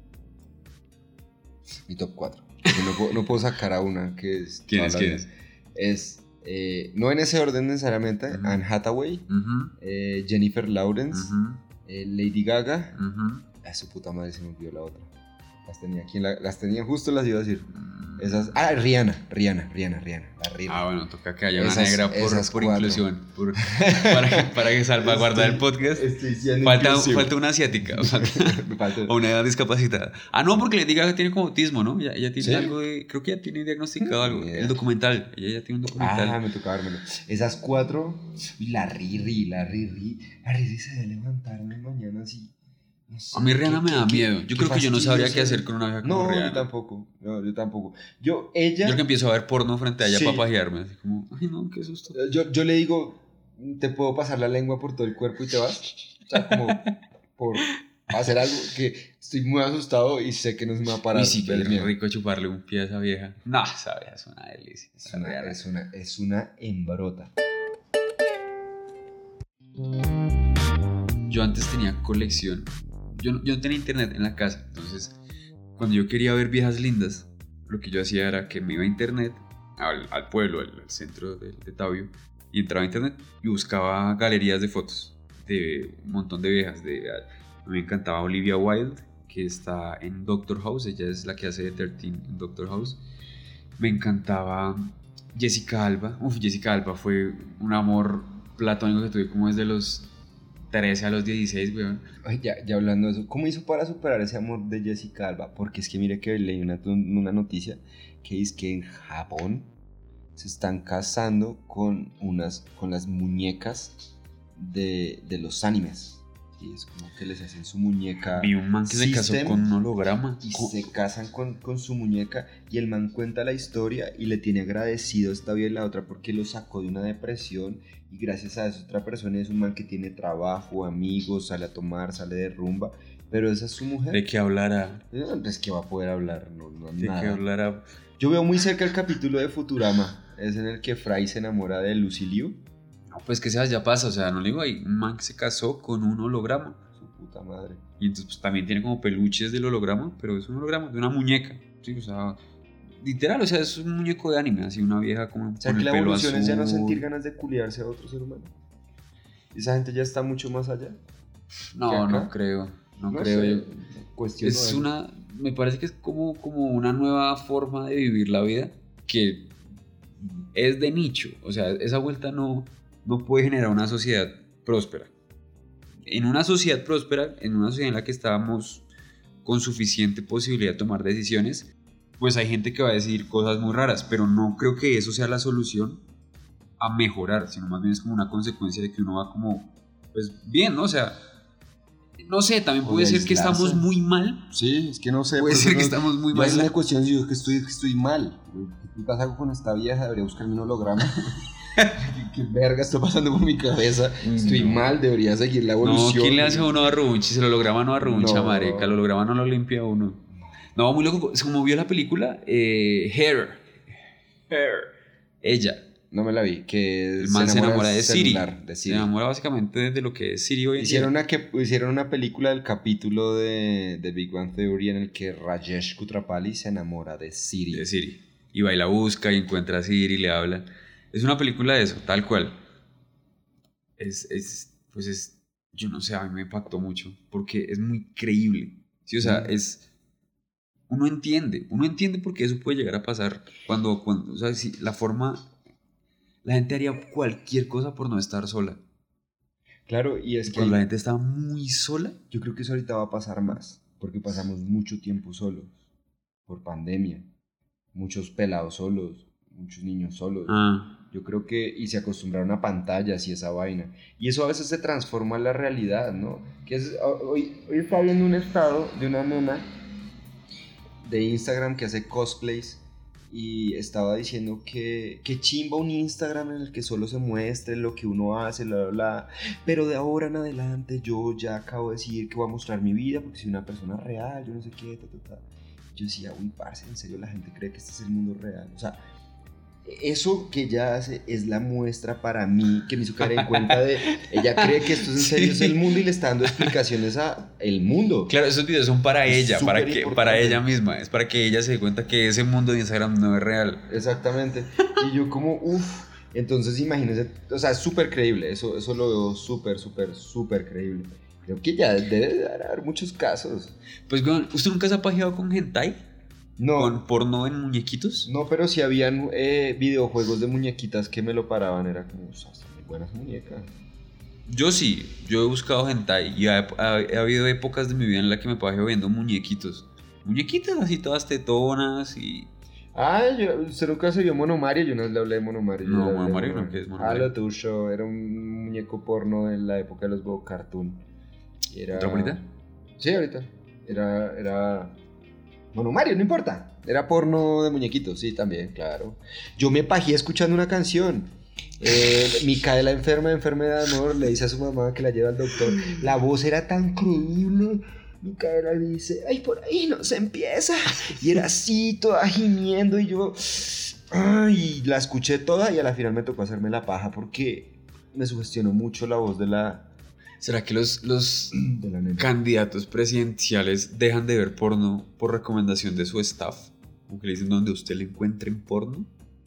Mi top cuatro. No puedo, no puedo sacar a una que es. ¿Quién es? todas ¿Quién las- es? Es. eh, no en ese orden necesariamente. Ujú. Anne Hathaway, Ujú, eh, Jennifer Lawrence, ujú, eh, Lady Gaga. ujú. A su puta madre se me olvidó la otra. Las tenía aquí en la- las tenía justo, las iba a decir. Mm. Esas. Ah, Rihanna, Rihanna, Rihanna, Rihanna. La Rihanna. Ah, bueno, toca que haya una Esas- negra por, esas por cuatro. inclusión. por- para, que, para que salvaguardar el podcast. Estoy siendo Falta, inclusivo. falta una asiática. Falta, Me falta- o una discapacitada. Ah, no, porque le diga que tiene como autismo, ¿no? Ella, ella tiene ¿Sí? algo de. Creo que ya tiene diagnosticado algo. Ni idea. El documental. Ella ya tiene un documental. Ah, me tocaba dármelo. Esas cuatro. Y la Riri, la Riri. La Riri se debe levantar una mañana así. No sé, A mí Rihanna qué- me da qué- miedo. qué Yo creo que yo no sabría qué fastidioso. hacer con una vieja como No, Rihanna. yo tampoco. No, yo tampoco. Yo, ella. Yo que empiezo a ver porno frente a ella Sí. para pajearme. Así como, ay, no, qué susto. Yo, yo le digo, ¿te puedo pasar la lengua por todo el cuerpo y te vas? O sea, como por hacer algo que estoy muy asustado y sé que no se me va a parar. Y sí, que del es miedo. rico chuparle un pie a esa vieja. No, esa vieja es una delicia. Es una, es una, es una embrota. Yo antes tenía colección. Yo no, yo no tenía internet en la casa. Entonces, cuando yo quería ver viejas lindas, lo que yo hacía era que me iba a internet, al, al pueblo, al, al centro de, de Tabio, y entraba a internet y buscaba galerías de fotos de un montón de viejas. De, a mí me encantaba Olivia Wilde, que está en Doctor House. Ella es la que hace de trece en Doctor House. Me encantaba Jessica Alba. Uf, Jessica Alba fue un amor platónico que tuve como desde los trece a los dieciséis, weón. Ay, ya, ya hablando de eso, ¿cómo hizo para superar ese amor de Jessica Alba? Porque es que mire que leí una, una noticia que dice que en Japón se están casando con, unas, con las muñecas de, de los animes. y es como que les hacen su muñeca. Vi un man que se casó con un holograma. Y Con- se casan con, con su muñeca y el man cuenta la historia y le tiene agradecido esta vida y la otra porque lo sacó de una depresión y gracias a esa otra persona es un man que tiene trabajo, amigos, sale a tomar, sale de rumba, pero esa es su mujer. De que hablara. No, es que va a poder hablar, no, no De nada. que hablara. Yo veo muy cerca el capítulo de Futurama, es en el que Fry se enamora de Lucy Liu. No, pues que sea, ya pasa. O sea, no le digo, hay un man que se casó con un holograma. Su puta madre. Y entonces pues, también tiene como peluches del holograma, pero es un holograma de una muñeca. Sí, o sea, literal, o sea, es un muñeco de anime, así una vieja como O sea, con que el la pelo evolución es ya no azul. sentir ganas de culiarse a otro ser humano. Esa gente ya está mucho más allá. ¿Que No, acá? no creo, no, No creo sé, yo. cuestiono Es eso. una, me parece que es como, como una nueva forma de vivir la vida que es de nicho. O sea, esa vuelta no, no puede generar una sociedad próspera. En una sociedad próspera, en una sociedad en la que estábamos con suficiente posibilidad de tomar decisiones, pues hay gente que va a decidir cosas muy raras, pero no creo que eso sea la solución a mejorar, sino más bien es como una consecuencia de que uno va como, pues bien, ¿no? O sea, no sé, también O puede de ser que aislarse. estamos muy mal. Sí, es que no sé. Puede por ser eso que no- estamos muy yo mal. a veces me cuestiono si yo que estoy, que estoy mal. ¿Qué putas hago con esta vieja? Debería buscarme un holograma. ¿Qué, qué verga está pasando por mi cabeza? Estoy No. mal, debería seguir la No, evolución. ¿quién le hace a uno a Runchi? Se lo holograma no a Runcha, No. marica. El holograma no lo limpia a uno. No, muy loco. Como vio la película, eh, Hair. Hair. Ella. No me la vi. Que El man se enamora de del Siri. celular, de Se Siri. enamora básicamente de lo que es Siri hoy en Hicieron día. una, que, hicieron una película del capítulo de, de Big Bang Theory en el que Rajesh Kutrapali se enamora de Siri. De Siri. Y va y la busca y encuentra a Siri y le habla. Es una película de eso, tal cual. Es, es, pues es, yo no sé, a mí me impactó mucho porque es muy creíble. Sí, o sea, Mm. es, uno entiende, uno entiende por qué eso puede llegar a pasar cuando, cuando, o sea, si la forma, la gente haría cualquier cosa por no estar sola. Claro, y es que Cuando hay- la gente está muy sola, yo creo que eso ahorita va a pasar más, porque pasamos mucho tiempo solos, por pandemia, muchos pelados solos, muchos niños solos. ah, Yo creo que, y se acostumbraron a pantallas y esa vaina. Y eso a veces se transforma en la realidad, ¿no? Que es, hoy, hoy estaba viendo un estado de una nena de Instagram que hace cosplays y estaba diciendo que, que chimba un Instagram en el que solo se muestre lo que uno hace, bla, bla, bla. Pero de ahora en adelante yo ya acabo de decir que voy a mostrar mi vida porque soy una persona real, yo no sé qué, ta, ta, ta. Yo decía, uy, parce, en serio la gente cree que este es el mundo real. O sea, eso que ella hace es la muestra para mí que me hizo caer en cuenta de ella cree que esto es en serio Sí. es el mundo y le está dando explicaciones a el mundo. claro, esos videos son para Es ella, para, súper que, importante. para ella misma, es para que ella se dé cuenta que ese mundo de Instagram no es real. Exactamente. Y yo como, uff, entonces imagínense, o sea, es súper creíble, eso, eso lo veo súper, súper, súper creíble. Creo que ya debe de haber muchos casos. Pues, weón, ¿usted nunca se ha pajeado con hentai? No, ¿Con porno en muñequitos? no, pero si habían eh, videojuegos de muñequitas que me lo paraban, era como, o sea, están muy buenas muñecas. Yo sí, yo he buscado hentai y ha, ha- ha habido épocas de mi vida en la que me pajeo viendo muñequitos. Muñequitas así todas tetonas y... Ah, yo, usted nunca se vio Mono Mario, yo no le hablé de Mono Mario. yo No, le hablé Mono de Mario no, ¿qué es Mono Ah, Mario? lo tuyo, era un muñeco porno en la época de los Bob Cartoon. Y Era... ¿Otra bonita? Sí, ahorita. Era, era... Mono Mario, no importa. Era porno de muñequitos, sí, también, claro. Yo me pajé escuchando una canción. Eh, Micaela, enferma de enfermedad de amor, le dice a su mamá que la lleva al doctor. La voz era tan creíble. Micaela dice, ay, por ahí no se empieza. Y era así, toda gimiendo. Y yo, ay, la escuché toda y a la final me tocó hacerme la paja porque me sugestionó mucho la voz de la, ¿Será que los, los de la nena. candidatos presidenciales dejan de ver porno por recomendación de su staff? Como que le dicen donde usted le encuentre en porno,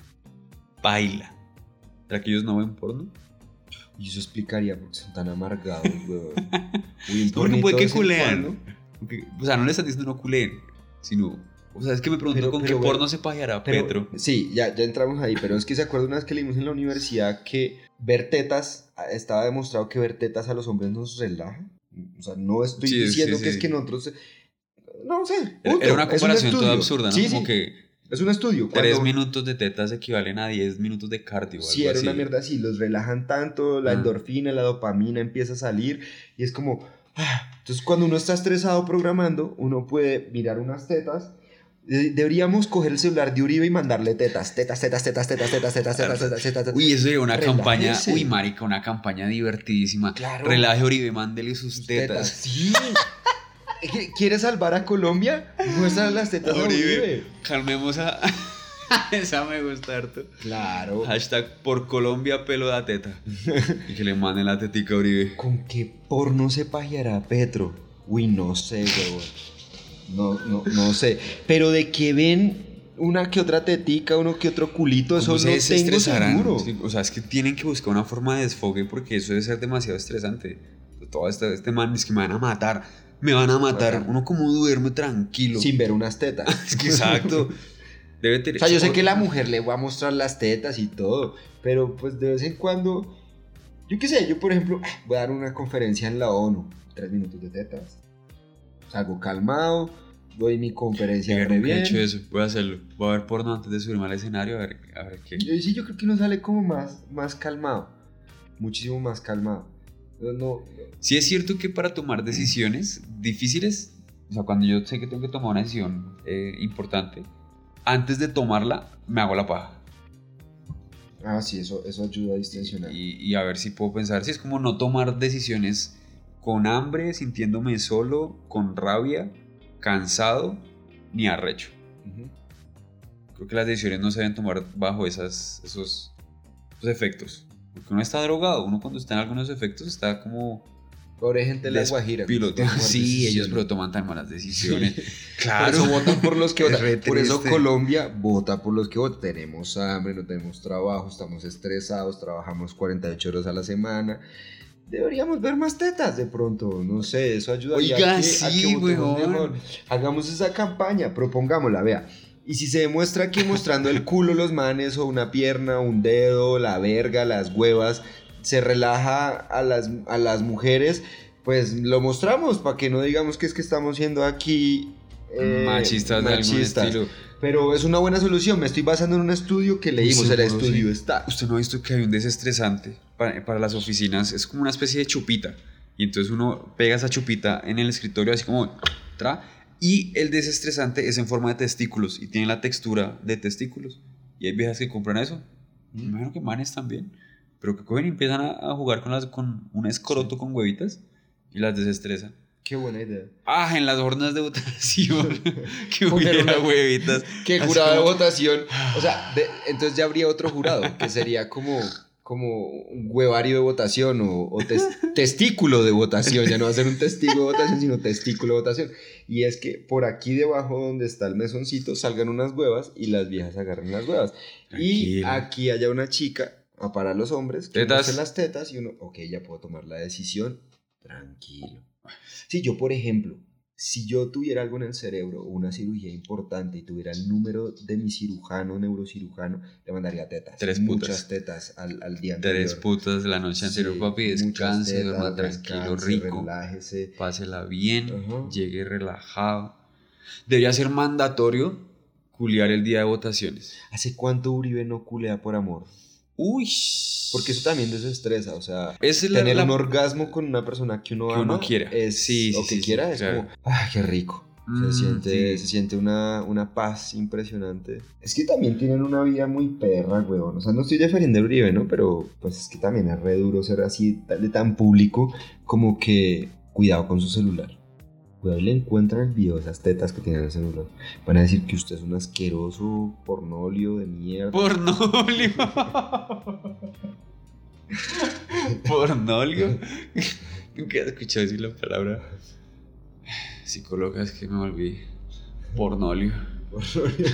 baila. ¿Será que ellos no ven porno? Y eso explicaría por qué son tan amargados, weón. Uy, un No, porque pornito puede de que vez en culean. cuando. Porque, o sea, no le están diciendo no culeen, sino... O sea, es que me pregunto Pero- con pero, qué güey, porno se pajeará Pero- Petro. Sí, ya, ya entramos ahí, pero es que se acuerda una vez que leímos en la universidad que ver tetas, estaba demostrado que ver tetas a los hombres nos relaja. O sea, no estoy Sí, diciendo sí, que sí. es que nosotros... No sé. Era, punto. era una Es un comparación toda estudio. absurda, ¿no? Sí, Como sí, que es un estudio. tres Cuando- minutos de tetas equivalen a diez minutos de cardio. o Sí, algo era una así. mierda así, los relajan tanto, la Ah. endorfina, la dopamina empieza a salir y es como, Entonces, cuando uno está estresado programando, uno puede mirar unas tetas. Deberíamos coger el celular de Uribe y mandarle tetas, tetas, tetas, tetas, tetas, tetas, tetas, tetas, tetas, tetas. Uy, eso sería una Relájese. campaña, uy, marica, una campaña divertidísima. Claro. Relaje Uribe, mándele sus tetas. Sí. ¿Quieres salvar a Colombia? Muéstrale las tetas a Uribe. Calmemos a... Esa me gusta harto. Claro. Hashtag por Colombia pelo da teta. Y que le manden la tetica a Uribe. ¿Con qué porno se pajeará Petro? Uy, no sé, huevón. No, no, no sé. Pero de que ven una que otra tetica, uno que otro culito, eso no se tengo desestresarán? seguro. Sí, o sea, es que tienen que buscar una forma de desfogue porque eso debe ser demasiado estresante. Todo este, este man es que me van a matar. Me van a matar. Ajá. Uno como duerme tranquilo. Sin ver unas tetas. Es que exacto. Debe tener... O sea, yo sé que la mujer le va a mostrar las tetas y todo, pero pues de vez en cuando, yo qué sé, yo por ejemplo, voy a dar una conferencia en la ONU, tres minutos de tetas. Salgo calmado, doy mi conferencia Yo re nunca he bien. hecho eso. Voy a hacerlo. Voy a ver porno antes de subirme al escenario a ver, a ver qué. Yo, sí, yo creo que uno sale como más, más calmado, muchísimo más calmado. No, no, Sí es cierto que para tomar decisiones difíciles, o sea, cuando yo sé que tengo que tomar una decisión eh, importante, antes de tomarla, me hago la paja. ah, sí, eso, eso ayuda a distensionar. Y, y a ver si puedo pensar. Si es como no tomar decisiones con hambre, sintiéndome solo, con rabia, cansado, ni arrecho. Uh-huh. Creo que las decisiones no se deben tomar bajo esas, esos, esos efectos. Porque uno está drogado, uno cuando está en algunos efectos está como... Pobre gente de la Guajira. Piloto. Sí, decisiones. ellos pero toman tan malas decisiones. Claro. Por eso votan por los que Es votan. re Por eso triste. Colombia vota por los que votan. Tenemos hambre, no tenemos trabajo, estamos estresados, trabajamos cuarenta y ocho horas a la semana. Deberíamos ver más tetas de pronto, no sé, eso ayudaría Oiga, a que, sí, a que votemos weón. mejor. Hagamos esa campaña, propongámosla, vea. Y si se demuestra que mostrando el culo los manes o una pierna, un dedo, la verga, las huevas, se relaja a las, a las mujeres, pues lo mostramos para que no digamos que es que estamos siendo aquí eh, machistas, de algún estilo. Pero es una buena solución, me estoy basando en un estudio que leímos, el Seguro, estudio sí. está. Usted no ha visto que hay un desestresante para, para las oficinas, es como una especie de chupita. Y entonces uno pega esa chupita en el escritorio así como tra, y el desestresante es en forma de testículos y tiene la textura de testículos. Y hay viejas que compran eso. Me imagino que manes también. Pero que cogen y empiezan a, a jugar con, las, con un escroto sí. con huevitas y las desestresan. Qué buena idea. Ah, en las jornadas de votación. Que hubiera huevitas. Que jurado como... de votación. O sea, de, entonces ya habría otro jurado que sería como, como un huevario de votación o, o tes, testículo de votación. Ya no va a ser un testigo de votación, sino testículo de votación. Y es que por aquí debajo donde está el mesoncito salgan unas huevas y las viejas agarren las huevas. Tranquilo. Y aquí haya una chica para los hombres que hacen las tetas y uno, ok, ya puedo tomar la decisión. Tranquilo. Si yo, por ejemplo, si yo tuviera algo en el cerebro o una cirugía importante y tuviera el número de mi cirujano, neurocirujano, le mandaría tetas. Tres muchas putas. tetas al, al día anterior. Tres putas la noche anterior, sí, papi. Descanse, duerma tranquilo, rico. Relájese. Pásela bien, uh-huh. Llegue relajado. Debería ser mandatorio culiar el día de votaciones. ¿Hace cuánto Uribe no culea por amor? Uy, porque eso también desestresa, o sea, es tener la, un la, orgasmo con una persona que uno que ama, uno quiera, es, sí, sí, o que sí, quiera, sí, es claro. como, ¡ay, qué rico! Mm, se siente, sí. se siente una, una paz impresionante. Es que también tienen una vida muy perra, weón. O sea, no estoy defendiendo a Uribe, ¿no? Pero pues es que también es re duro ser así de tan público como que cuidado con su celular. Cuidado y le encuentran el video de esas tetas que tienen en el celular. Van a decir que usted es un asqueroso pornolio de mierda. Pornolio. Pornolio. Nunca he escuchado decir la palabra. Psicóloga, es que me olvidé. Pornolio. Pornolio.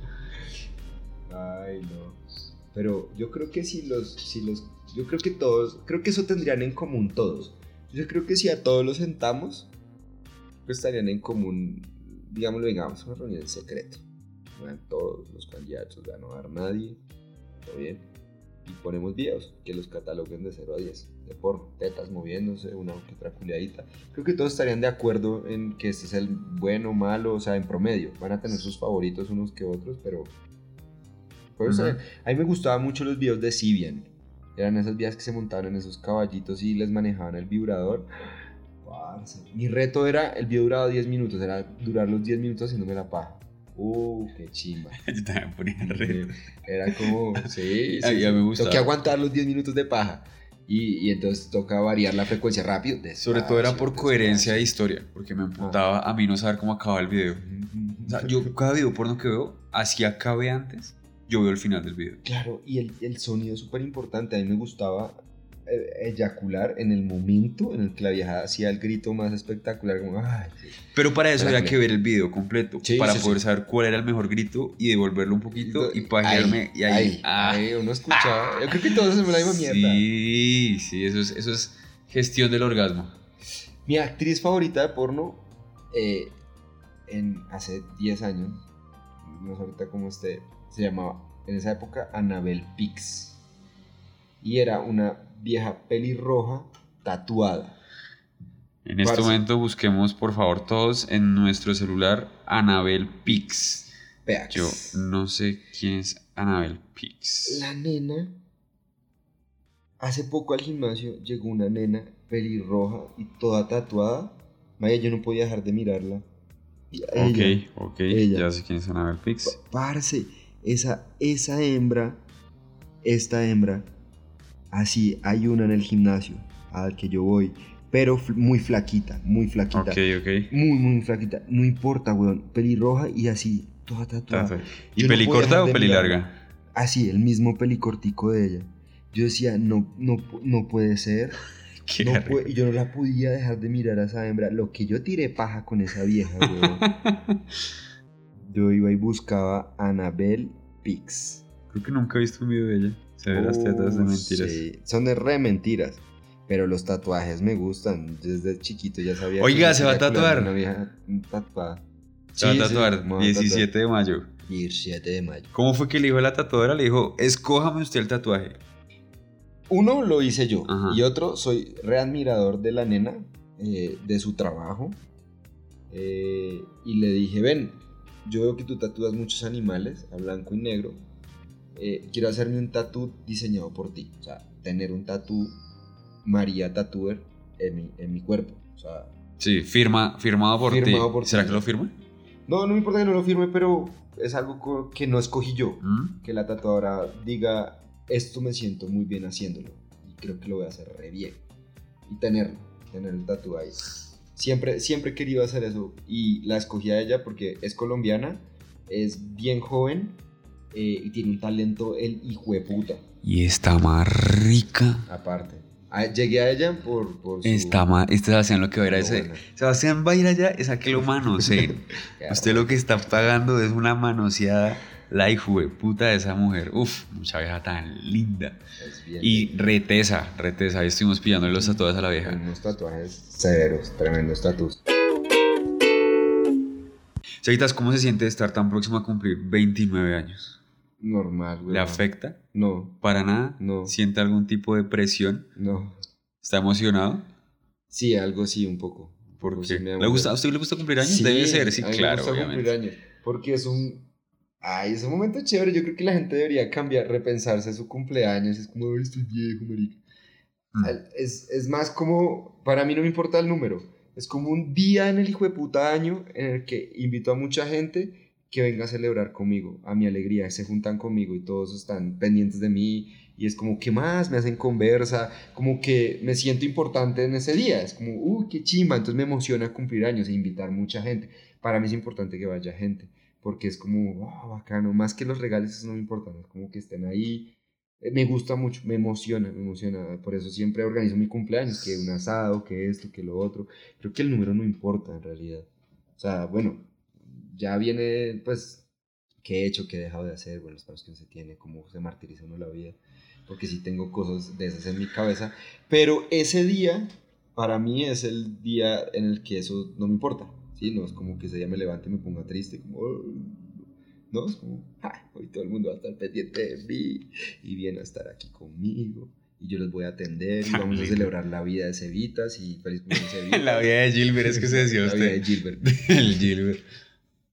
Ay, no. Pero yo creo que si los, si los. Yo creo que todos. Creo que eso tendrían en común todos. Yo creo que si a todos los sentamos, pues estarían en común. Digámoslo, digamos, una reunión en secreto. No van todos los candidatos, va a no dar nadie. Todo bien. Y ponemos videos que los cataloguen de cero a diez. De porno, tetas moviéndose, una que otra culiadita. Creo que todos estarían de acuerdo en que este es el bueno, malo, o sea, en promedio. Van a tener sus favoritos unos que otros, pero... Puede ser. Uh-huh. A mí me gustaban mucho los videos de Sibian. Eran esas vías que se montaban en esos caballitos y les manejaban el vibrador. Parce. Mi reto era, el video duraba diez minutos, era durar los diez minutos haciéndome la paja. Uh, qué chimba. Yo también ponía el reto. Era como, sí, sí, Ay, ya sí. me gustaba. Toqué aguantar los diez minutos de paja. Y, y entonces toca variar la frecuencia rápido. Despacio, Sobre todo era por despacio. coherencia de historia, porque me emputaba a mí no saber cómo acababa el video. O sea, yo cada video porno que veo, así acabe antes, yo veo el final del video. Claro, y el, el sonido es súper importante. A mí me gustaba eh, eyacular en el momento en el que la vieja hacía el grito más espectacular. Como, ay, sí. Pero para eso Era había que culé. ver el video completo, Sí, para sí, poder sí. saber cuál era el mejor grito y devolverlo un poquito y pajearme. Y ahí, ahí, ah, ahí uno escuchaba. Yo creo que todos hacemos la misma mierda. sí, sí, eso es, eso es gestión del orgasmo. Mi actriz favorita de porno, eh, en, hace diez años, no sé ahorita cómo esté, se llamaba en esa época Annabelle Pix. Y era una vieja pelirroja tatuada. En este Parce. momento busquemos, por favor, todos en nuestro celular Annabelle Pix. Peax. Yo no sé quién es Annabelle Pix. La nena, hace poco al gimnasio llegó una nena pelirroja y toda tatuada. Maya, yo no podía dejar de mirarla. Y a Ok, ella, ok, ella. ya sé quién es Annabelle Pix. parce, esa, esa hembra, esta hembra, así hay una en el gimnasio al que yo voy, pero fl- muy flaquita, muy flaquita. Ok, ok. Muy, muy flaquita. No importa, weón. Pelirroja y así, toda tatuada. Tato. ¿Y Yo no peli podía corta dejar o de peli mirarla. larga? Así, el mismo pelicortico de ella. Yo decía, no, no, pu- no puede ser. Qué No arrecho. puede- yo no la podía dejar de mirar a esa hembra. Lo que yo tiré paja con esa vieja, weón. Yo iba y buscaba Annabelle Pix. Creo que nunca he visto un video de ella. Se ve las tetas de Uh, mentiras. sí. Son de re mentiras. Pero los tatuajes me gustan. Desde chiquito ya sabía. Oiga, que se va a quería culiarme tatuar. Una vieja tatuada. Se va a Sí, sí, tatuar me voy a diecisiete de mayo. tatuar. diecisiete de mayo. ¿Cómo fue que le dijo a la tatuadora? Le dijo, escójame usted el tatuaje. Uno lo hice yo. Ajá. Y otro, soy re admirador de la nena, eh, de su trabajo. Eh, y le dije, ven, yo veo que tú tatúas muchos animales, a blanco y negro. Eh, quiero hacerme un tatú diseñado por ti. O sea, tener un tatú María Tatúer en mi, en mi cuerpo. O sea, Sí, firma, firmado por Firmado ti. por ¿Será ti. que lo firma? no, no me importa que no lo firme, pero es algo co- que no escogí yo. ¿Mm? Que la tatuadora diga, esto me siento muy bien haciéndolo. Y creo que lo voy a hacer re bien. Y tenerlo, tener el tatu ahí. Siempre, siempre he querido hacer eso. Y la escogí a ella porque es colombiana, es bien joven eh, y tiene un talento el hijo de puta. Y está más rica. Aparte. A- llegué a ella por, por su... Está más. Este Sebastián lo que va a ir a Pero ese. bueno. Sebastián va a ir allá, es a que lo manoseen. Qué Usted lo que está pagando es una manoseada. La hijo de puta de esa mujer. Uf, mucha vieja tan linda. Es bien Y lindo. retesa, retesa. Ahí estuvimos pillándole los tatuajes a la vieja. Unos tatuajes severos, tremendos tatuajes. Señoritas, ¿cómo se siente estar tan próximo a cumplir veintinueve años? Normal, güey. ¿Le afecta? No, ¿Para nada? No. ¿Siente algún tipo de presión? no. ¿Está emocionado? Sí, algo sí, un poco. ¿Por Algo qué? sí me da ¿Le un- gusta, ¿A usted le gusta cumplir años? Sí, Debe ser, sí, a mí me claro, gusta obviamente. cumplir años, porque es un... Ay, es un momento chévere. Yo creo que la gente debería cambiar, repensarse su cumpleaños. Es como, ay, estoy viejo, marica. Mm. Al- Es, es más como... Para mí no me importa el número. Es como un día en el hijo de puta año en el que invito a mucha gente que venga a celebrar conmigo, a mi alegría. Se juntan conmigo y todos están pendientes de mí. Y es como, ¿qué más? Me hacen conversa. Como que me siento importante en ese día. Es como, uy, qué chimba. Entonces me emociona cumplir años e invitar mucha gente. Para mí es importante que vaya gente. Porque es como, oh, bacano. Más que los regalos, eso no me importa. Es como que estén ahí. Eh, Me gusta mucho, me emociona, me emociona. Por eso siempre organizo mi cumpleaños. Que un asado, que esto, que lo otro. Creo que el número no importa en realidad. O sea, bueno, ya viene, pues, qué he hecho, qué he dejado de hacer. Bueno, los pasos que no se tiene, cómo se martiriza uno la vida. Porque sí tengo cosas de esas en mi cabeza. Pero ese día, para mí, es el día en el que eso no me importa. ¿Sí? No es como que ese día me levante y me ponga triste. Como, "Oh", no, es como, "Ah, hoy todo el mundo va a estar pendiente de mí y viene a estar aquí conmigo. Y yo les voy a atender y vamos a celebrar la vida de Cevitas y feliz cumpleaños Cevitas". La vida de Gilbert, es que se decía La vida de usted. Gilbert. El Gilbert.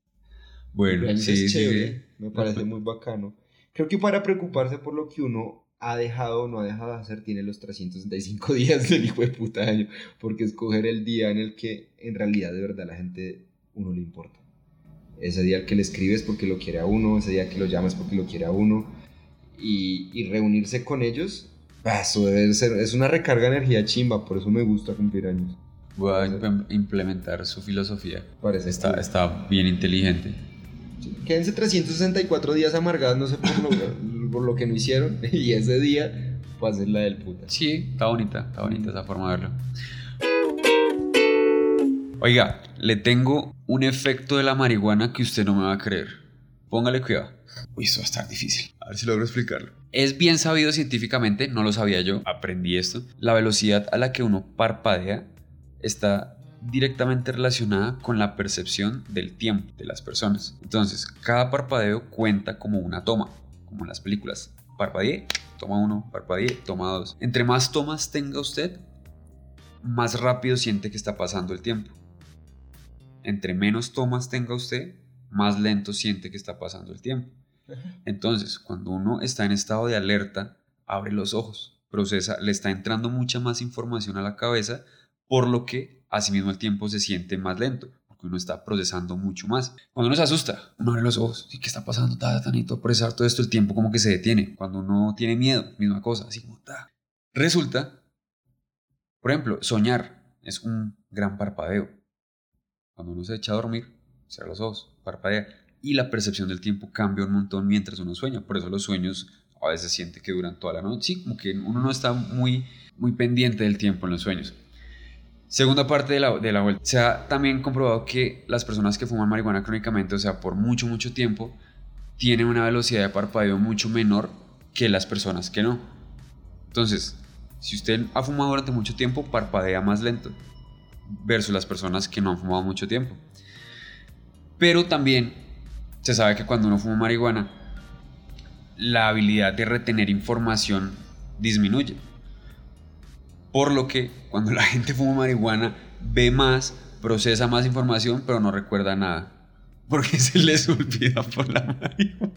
Bueno, Cumpleaños sí, es sí, chévere, sí. me parece muy bacano. Creo que para preocuparse por lo que uno ha dejado o no ha dejado de hacer, tiene los trescientos sesenta y cinco días del hijo de puta año, porque escoger el día en el que en realidad de verdad la gente, uno le importa. Ese día al que le escribes porque lo quiere a uno, ese día que lo llamas porque lo quiere a uno, y, y reunirse con ellos, bah, eso debe ser, es una recarga de energía chimba, por eso me gusta cumplir años. Voy a imp- implementar su filosofía. Parece Está, cool. está bien inteligente. Quédense trescientos sesenta y cuatro días amargados, no sé por lo, por lo que no hicieron, y ese día va a ser la del puta. Sí, está bonita, está bonita esa forma de verlo. Oiga, le tengo un efecto de la marihuana que usted no me va a creer. Póngale cuidado. Uy, eso va a estar difícil. A ver si logro explicarlo. Es bien sabido científicamente, no lo sabía yo, aprendí esto. La velocidad a la que uno parpadea está directamente relacionada con la percepción del tiempo de las personas. Entonces, cada parpadeo cuenta como una toma, como en las películas. Parpadeé, toma uno, parpadeé, toma dos. Entre más tomas tenga usted, más rápido siente que está pasando el tiempo. Entre menos tomas tenga usted, más lento siente que está pasando el tiempo. Entonces, cuando uno está en estado de alerta, abre los ojos, procesa, le está entrando mucha más información a la cabeza, por lo que asimismo el tiempo se siente más lento, porque uno está procesando mucho más. Cuando uno se asusta, uno abre los ojos, ¿y qué está pasando? Ta, ta, necesito procesar todo esto, el tiempo como que se detiene. Cuando uno tiene miedo, misma cosa, así como ta. Resulta, por ejemplo, soñar es un gran parpadeo. Cuando uno se echa a dormir, cierra los ojos, parpadea, y la percepción del tiempo cambia un montón mientras uno sueña. Por eso los sueños a veces siente que duran toda la noche. Sí, como que uno no está muy, muy pendiente del tiempo en los sueños. Segunda parte de la, de la vuelta. Se ha también comprobado que las personas que fuman marihuana crónicamente, o sea, por mucho, mucho tiempo, tienen una velocidad de parpadeo mucho menor que las personas que no. Entonces, si usted ha fumado durante mucho tiempo, parpadea más lento versus las personas que no han fumado mucho tiempo. Pero también se sabe que cuando uno fuma marihuana, la habilidad de retener información disminuye. Por lo que cuando la gente fuma marihuana, ve más, procesa más información, pero no recuerda nada. Porque se les olvida por la marihuana.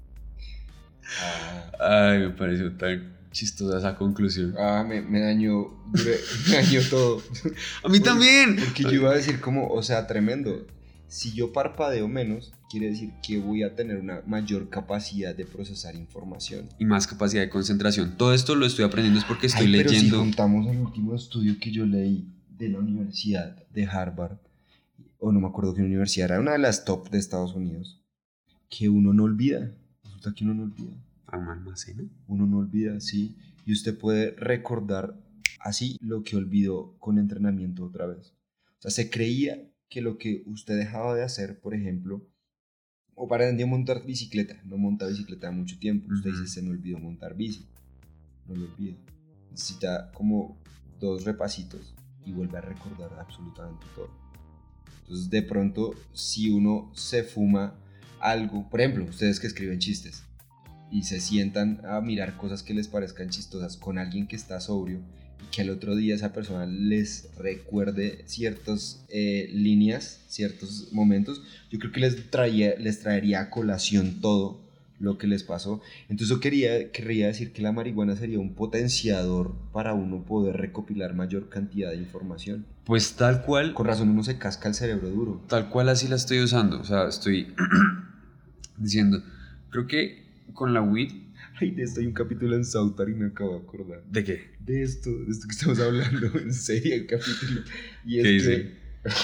Ah, Ay, me pareció tan chistosa esa conclusión. ah me, me dañó, me dañó todo. A mí también. Porque yo iba a decir como, o sea, tremendo. Si yo parpadeo menos, quiere decir que voy a tener una mayor capacidad de procesar información. Y más capacidad de concentración. Todo esto lo estoy aprendiendo es porque estoy Ay, pero leyendo. si juntamos el último estudio que yo leí de la Universidad de Harvard, o no me acuerdo qué universidad era, una de las top de Estados Unidos, que uno no olvida. Resulta que uno no olvida. ¿A un almacén? Uno no olvida, sí. Y usted puede recordar así lo que olvidó con entrenamiento otra vez. O sea, se creía que lo que usted dejaba de hacer, por ejemplo, o para de montar bicicleta, no monta bicicleta mucho tiempo. Usted Uh-huh. dice, se me olvidó montar bici. No lo olvida. Necesita como dos repasitos y vuelve a recordar absolutamente todo. Entonces, de pronto, si uno se fuma algo, por ejemplo, ustedes que escriben chistes y se sientan a mirar cosas que les parezcan chistosas con alguien que está sobrio y que al otro día esa persona les recuerde ciertas eh, líneas, ciertos momentos, yo creo que les, traía, les traería a colación todo lo que les pasó. Entonces yo quería, querría decir que la marihuana sería un potenciador para uno poder recopilar mayor cantidad de información. Pues tal cual. Con razón uno se casca el cerebro duro. Tal cual así la estoy usando. O sea, estoy diciendo, creo que con la weed. Ay, de esto hay un capítulo en South Park y me acabo de acordar. ¿De qué? De esto, de esto que estamos hablando, en serio, el capítulo. Y es ¿Qué que dice?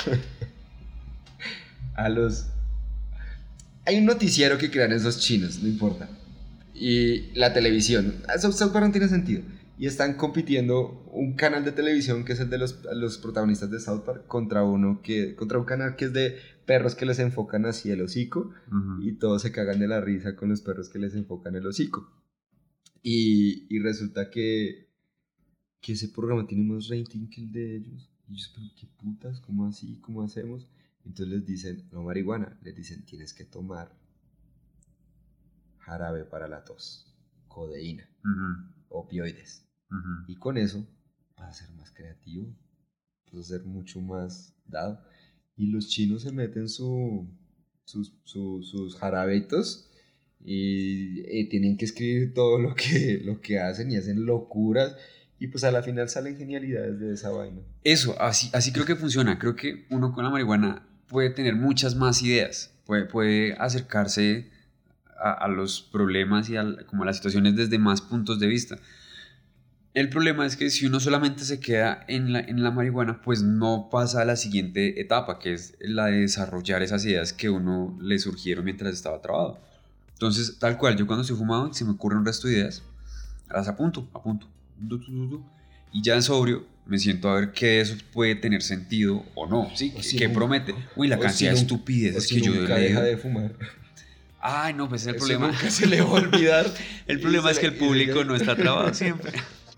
a los... Hay un noticiero que crean esos chinos, no importa. Y la televisión. South South Park no tiene sentido. Y están compitiendo un canal de televisión que es el de los, los protagonistas de South Park contra uno que contra un canal que es de perros que les enfocan hacia el hocico. Uh-huh. Y todos se cagan de la risa con los perros que les enfocan el hocico. Y, y resulta que, que ese programa tiene más rating que el de ellos. Y ellos, pero qué putas, ¿cómo así? ¿Cómo hacemos? Entonces les dicen, no marihuana, les dicen, tienes que tomar jarabe para la tos, codeína, Uh-huh. opioides. Uh-huh. Y con eso vas a ser más creativo, vas a ser mucho más dado. Y los chinos se meten su, sus, su, sus jarabetos y, y tienen que escribir todo lo que, lo que hacen y hacen locuras y pues a la final salen genialidades de esa vaina. Eso, así, así creo que funciona. Creo que uno con la marihuana puede tener muchas más ideas, puede, puede acercarse a, a los problemas y a, como a las situaciones desde más puntos de vista. El problema es que si uno solamente se queda en la, en la marihuana, pues no pasa a la siguiente etapa, que es la de desarrollar esas ideas que uno le surgieron mientras estaba trabado. Entonces, tal cual, yo cuando estoy fumado y se me ocurren un resto de ideas, las apunto, apunto, y ya en sobrio me siento a ver qué de eso puede tener sentido o no, ¿sí? O ¿Qué, si qué nunca- promete? Uy, la o cantidad si de nun- estupideces o si que yo nunca he deja leído. de fumar. Ay, no, pues es el Eso problema. nunca se le va a olvidar. El Y problema se es que le- el y se público queda- no está trabado siempre.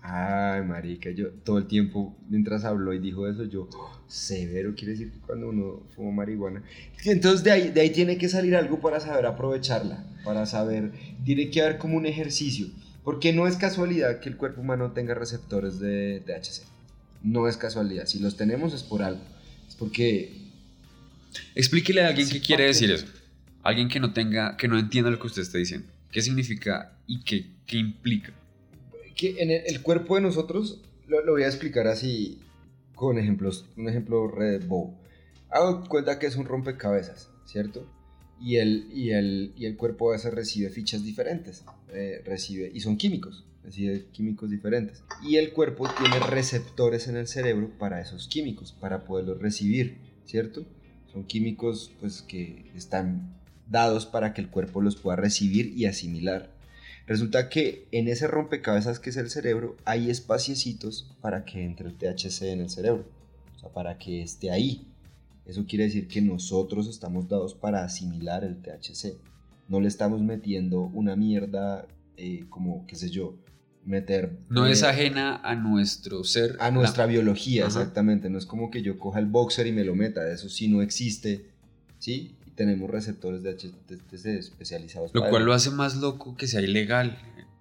Ay, marica, yo todo el tiempo, mientras habló y dijo eso, yo, severo, quiere decir que cuando uno fuma marihuana. Entonces de ahí, de ahí tiene que salir algo para saber aprovecharla, para saber, tiene que haber como un ejercicio, porque no es casualidad que el cuerpo humano tenga receptores de T H C. No es casualidad, si los tenemos es por algo, es porque... Explíquele a alguien Sí, qué quiere porque- decir eso. Alguien que no tenga, que no entienda lo que usted está diciendo. ¿Qué significa y qué, qué implica? que en el, el cuerpo de nosotros, lo, lo voy a explicar así con ejemplos, un ejemplo re bobo. Hago cuenta que es un rompecabezas, ¿cierto? Y el, y el, y el cuerpo a veces recibe fichas diferentes, eh, recibe, y son químicos, recibe químicos diferentes. Y el cuerpo tiene receptores en el cerebro para esos químicos, para poderlos recibir, ¿cierto? Son químicos pues, que están dados para que el cuerpo los pueda recibir y asimilar. Resulta que en ese rompecabezas que es el cerebro hay espaciecitos para que entre el T H C en el cerebro, o sea, para que esté ahí. Eso quiere decir que nosotros estamos dados para asimilar el T H C. No le estamos metiendo una mierda eh, como, qué sé yo, meter... No eh, es ajena a nuestro ser. a nuestra la- biología, Ajá. exactamente. No es como que yo coja el boxer y me lo meta, eso sí no existe, ¿sí? Y tenemos receptores de T H C especializados Lo para cual eso. lo hace más loco que sea ilegal.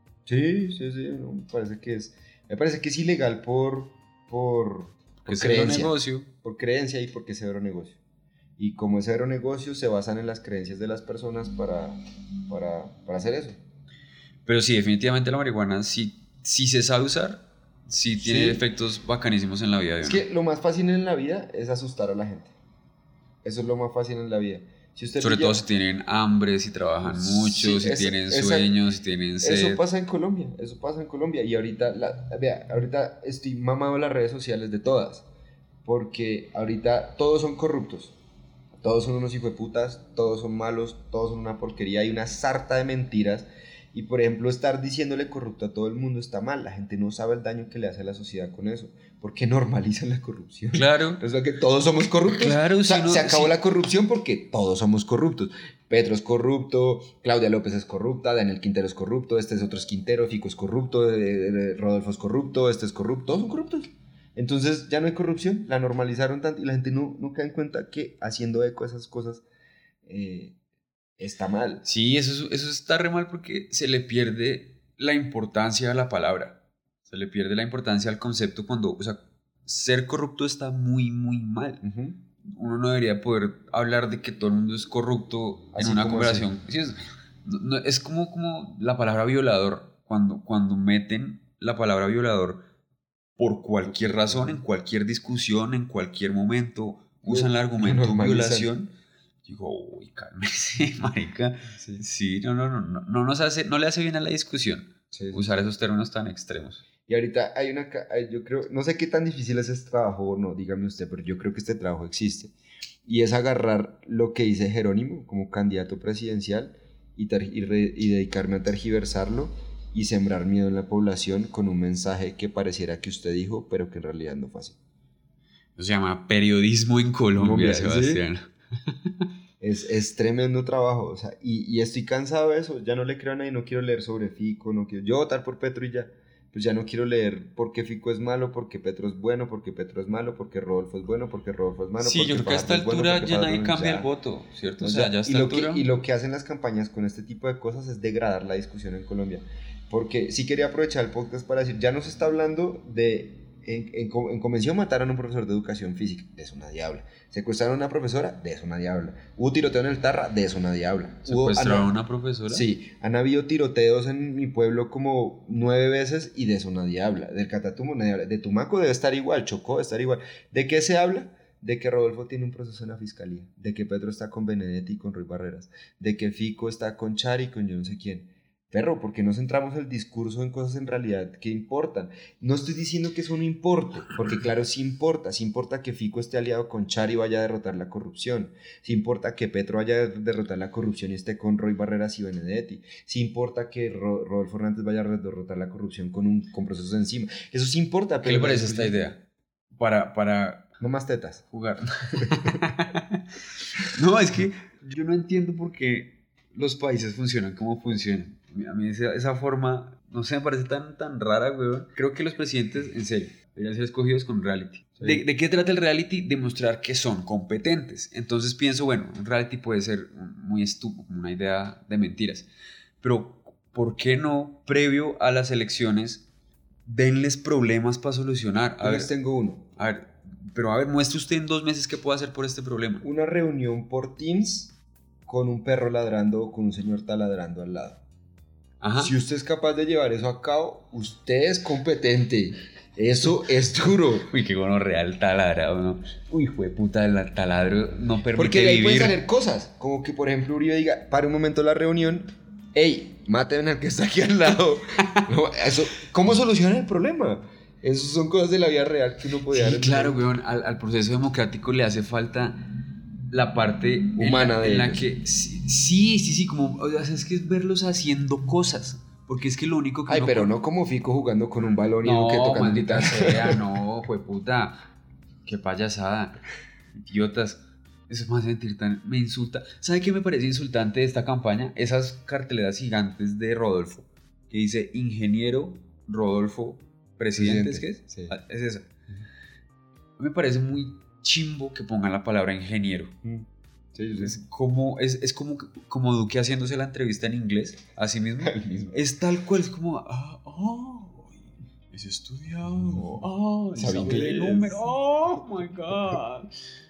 Sí, sí, sí, no, me parece que es, me parece que es ilegal por, por, Que por es un creencia, negocio. por creencia y porque es severo negocio. Y como es severo negocio, se basan en las creencias de las personas para, para, para hacer eso. Pero sí, definitivamente la marihuana, sí, sí se sabe usar, sí tiene Sí. efectos bacanísimos en la vida de Es uno. que lo más fácil en la vida es asustar a la gente. Eso es lo más fácil en la vida. Si usted Sobre pilla- todo si tienen hambre, si trabajan mucho, Sí, si esa- tienen esa- sueños, si tienen sed. Eso pasa en Colombia, eso pasa en Colombia. Y ahorita, la, vea, ahorita estoy mamado en las redes sociales de todas. Porque ahorita todos son corruptos. Todos son unos hijueputas, todos son malos, todos son una porquería. Hay una sarta de mentiras. Y por ejemplo, estar diciéndole corrupto a todo el mundo está mal. La gente no sabe el daño que le hace a la sociedad con eso. Porque normalizan la corrupción. Claro. O sea que todos somos corruptos. Claro, O sea, si no- se acabó si- la corrupción porque todos somos corruptos. Petro es corrupto, Claudia López es corrupta, Daniel Quintero es corrupto, este es otro es Quintero, Fico es corrupto, eh, eh, Rodolfo es corrupto, este es corrupto, todos son corruptos. Entonces ya no hay corrupción, la normalizaron tanto y la gente no, no cae en cuenta que haciendo eco a esas cosas eh, está mal. Sí, eso, es- eso está re mal porque se le pierde la importancia a la palabra. Se le pierde la importancia al concepto cuando, o sea, ser corrupto está muy, muy mal. Ujú. Uno no debería poder hablar de que todo el mundo es corrupto en Así una como conversación. Sí, es, no- no- es como, como la palabra violador. Cuando, cuando meten la palabra violador por cualquier razón, en cualquier discusión, en cualquier momento, usan el Lo argumento normalizan. violación. Digo, uy, cálmese, marica. Sí, Sí, no, no, no, no, no nos hace, no le hace bien a la discusión sí, sí. usar esos términos tan extremos. Y ahorita hay una, ca- hay- yo creo, no sé qué tan difícil es este trabajo o no, dígame usted, pero yo creo que este trabajo existe. Y es agarrar lo que dice Jerónimo como candidato presidencial y, ter- y, re- y dedicarme a tergiversarlo y sembrar miedo en la población con un mensaje que pareciera que usted dijo, pero que en realidad no fue así. Eso se llama periodismo en Colombia, Colombia, ¿sí? Sebastián. Es, es tremendo trabajo, o sea, y, y estoy cansado de eso, ya no le creo a nadie, no quiero leer sobre Fico, no quiero, yo votar por Petro y ya, pues ya no quiero leer por qué Fico es malo, porque Petro es bueno, porque Petro es malo, porque Rodolfo es bueno, porque Rodolfo es malo. Sí, porque yo creo que a esta Fajardo es bueno, altura porque ya Fajardo nadie es- cambia ya. el voto, ¿cierto? O O sea, sea, ya a y, esta lo altura. que, y lo que hacen las campañas con este tipo de cosas es degradar la discusión en Colombia. Porque sí quería aprovechar el podcast para decir, ya no se está hablando de En, en, en convención mataron a un profesor de educación física, de eso nadie habla. Secuestraron a una profesora, de eso nadie habla. Hubo tiroteo en el Tarra, de eso nadie habla. ¿Secuestraron a una profesora? Sí, han habido tiroteos en mi pueblo como nueve veces y de eso nadie habla. Del Catatumbo nadie habla. De Tumaco debe estar igual, Chocó debe estar igual. ¿De qué se habla? De que Rodolfo tiene un proceso en la fiscalía, de que Petro está con Benedetti y con Ruy Barreras, de que Fico está con Chari y con yo no sé quién. Perro, ¿por qué no centramos el discurso en cosas en realidad que importan? No estoy diciendo que eso no importe, porque claro, sí importa. Sí importa que Fico esté aliado con Chari y vaya a derrotar la corrupción. Sí importa que Petro vaya a derrotar la corrupción y esté con Ruy Barreras y Benedetti. Sí importa que Ro- Rodolfo Hernández vaya a derrotar la corrupción con, un, con procesos encima. Eso sí importa. ¿Qué le parece esta idea? Para, para No más tetas. jugar. No, es que yo no entiendo por qué los países funcionan como funcionan. A mí esa, esa forma, no sé, me parece tan, tan rara, weón. Creo que los presidentes, en serio, deberían ser escogidos con reality. Sí. ¿De, ¿De qué trata el reality? Demostrar que son competentes. Entonces pienso, bueno, un reality puede ser muy estúpido, como una idea de mentiras. Pero, ¿por qué no, previo a las elecciones, denles problemas para solucionar? A Yo ver, les tengo uno. a ver, pero a ver, muestre usted en dos meses qué puede hacer por este problema. Una reunión por Teams con un perro ladrando o con un señor taladrando al lado. Ajá. Si usted es capaz de llevar eso a cabo, usted es competente. Eso es duro. Uy, qué bueno real taladro, ¿no? Uy, hijo de puta, el taladro no permite Porque de ahí vivir. pueden salir cosas. Como que, por ejemplo, Uribe diga, para un momento la reunión, ey, maten al que está aquí al lado. No, eso, ¿cómo solucionan el problema? Esas son cosas de la vida real que uno podía Sí, claro, weón, al, al proceso democrático le hace falta la parte humana en la, de en la ellos. que sí, sí, sí, sí, como, o sea, es que es verlos haciendo cosas, porque es que lo único que Ay, uno pero con- no como Fico jugando con un balón y no, que tocando maldita guitarra. sea, no, jueputa, qué payasada, idiotas. Eso me hace sentir tan, me insulta. ¿Sabe qué me parece insultante de esta campaña? Esas carteleras gigantes de Rodolfo, que dice ingeniero Rodolfo presidente, ¿es que es? Sí. Ah, es esa. Me parece muy chimbo que pongan la palabra ingeniero. Sí, yo sé. Es como, es, es como, como Duque haciéndose la entrevista en inglés, así mismo. El mismo. Es tal cual, es como, ah, oh, es estudiado, ah, Sabe sabe de inglés. número, oh my god.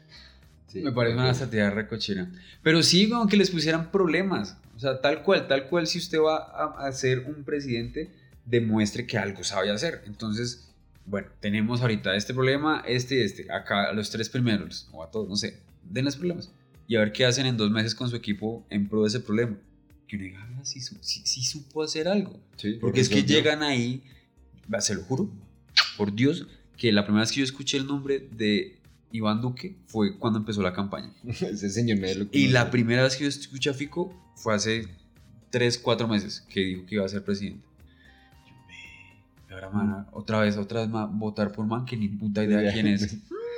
Sí. Me parece una estrategia recochera. Pero sí, como que les pusieran problemas. O sea, tal cual, tal cual, si usted va a, a ser un presidente, demuestre que algo sabe hacer. Entonces, bueno, tenemos ahorita este problema, este y este. Acá a los tres primeros, o a todos, no sé, denles problemas. Y a ver qué hacen en dos meses con su equipo en pro de ese problema. Que uno diga, ah, sí, su- sí, sí supo hacer algo. Sí, Porque es que resolvió. llegan ahí, va, se lo juro, por Dios, que la primera vez que yo escuché el nombre de Iván Duque fue cuando empezó la campaña. Ese señor me lo Y la primera vez que yo escuché a Fico fue hace tres, cuatro meses que dijo que iba a ser presidente. Yo, "Ve, y ahora, man, otra vez, otra vez ma, votar por man que ni puta idea quién es.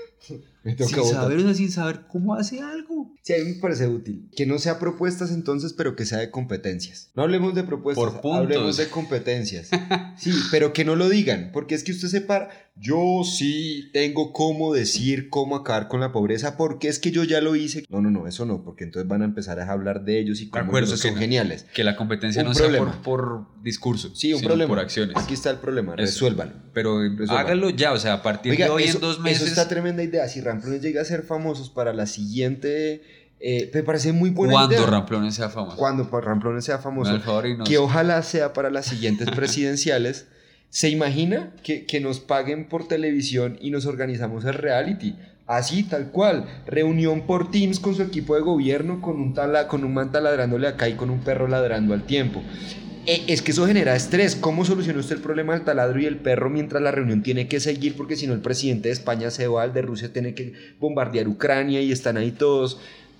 Me toca Sin votar. saber, o sea, sin saber cómo hace algo. Sí, a mí me parece útil. Que no sea propuestas entonces, pero que sea de competencias. No hablemos de propuestas, Por puntos. hablemos de competencias. Sí, pero que no lo digan, porque es que usted se para, yo sí tengo cómo decir cómo acabar con la pobreza, porque es que yo ya lo hice. No, no, no, eso no, porque entonces van a empezar a hablar de ellos y cómo acuerdo, ellos que son no. geniales. Que la competencia Un no problema. sea por, por discurso, Sí, un sino problema. por acciones. Aquí está el problema, Eso. resuélvalo. Pero Resuelva. hágalo ya, o sea, a partir Oiga, de hoy eso, en dos meses. eso está tremenda idea. Si Ramplones llega a ser famosos para la siguiente, eh, me parece muy buena Cuando idea. Ramplones sea famoso. Cuando pa- Ramplones sea famoso. Me da el favor y nos- Que ojalá sea para las siguientes presidenciales. ¿Se imagina que, que nos paguen por televisión y nos organizamos el reality? Así, tal cual. Reunión por Teams con su equipo de gobierno, con un, tala, con un man taladrándole acá y con un perro ladrando al tiempo. Eh, es que eso genera estrés. ¿Cómo soluciona usted el problema del taladro y el perro mientras la reunión tiene que seguir? Porque si no, el presidente de España se va, el de Rusia tiene que bombardear Ucrania y están ahí todos.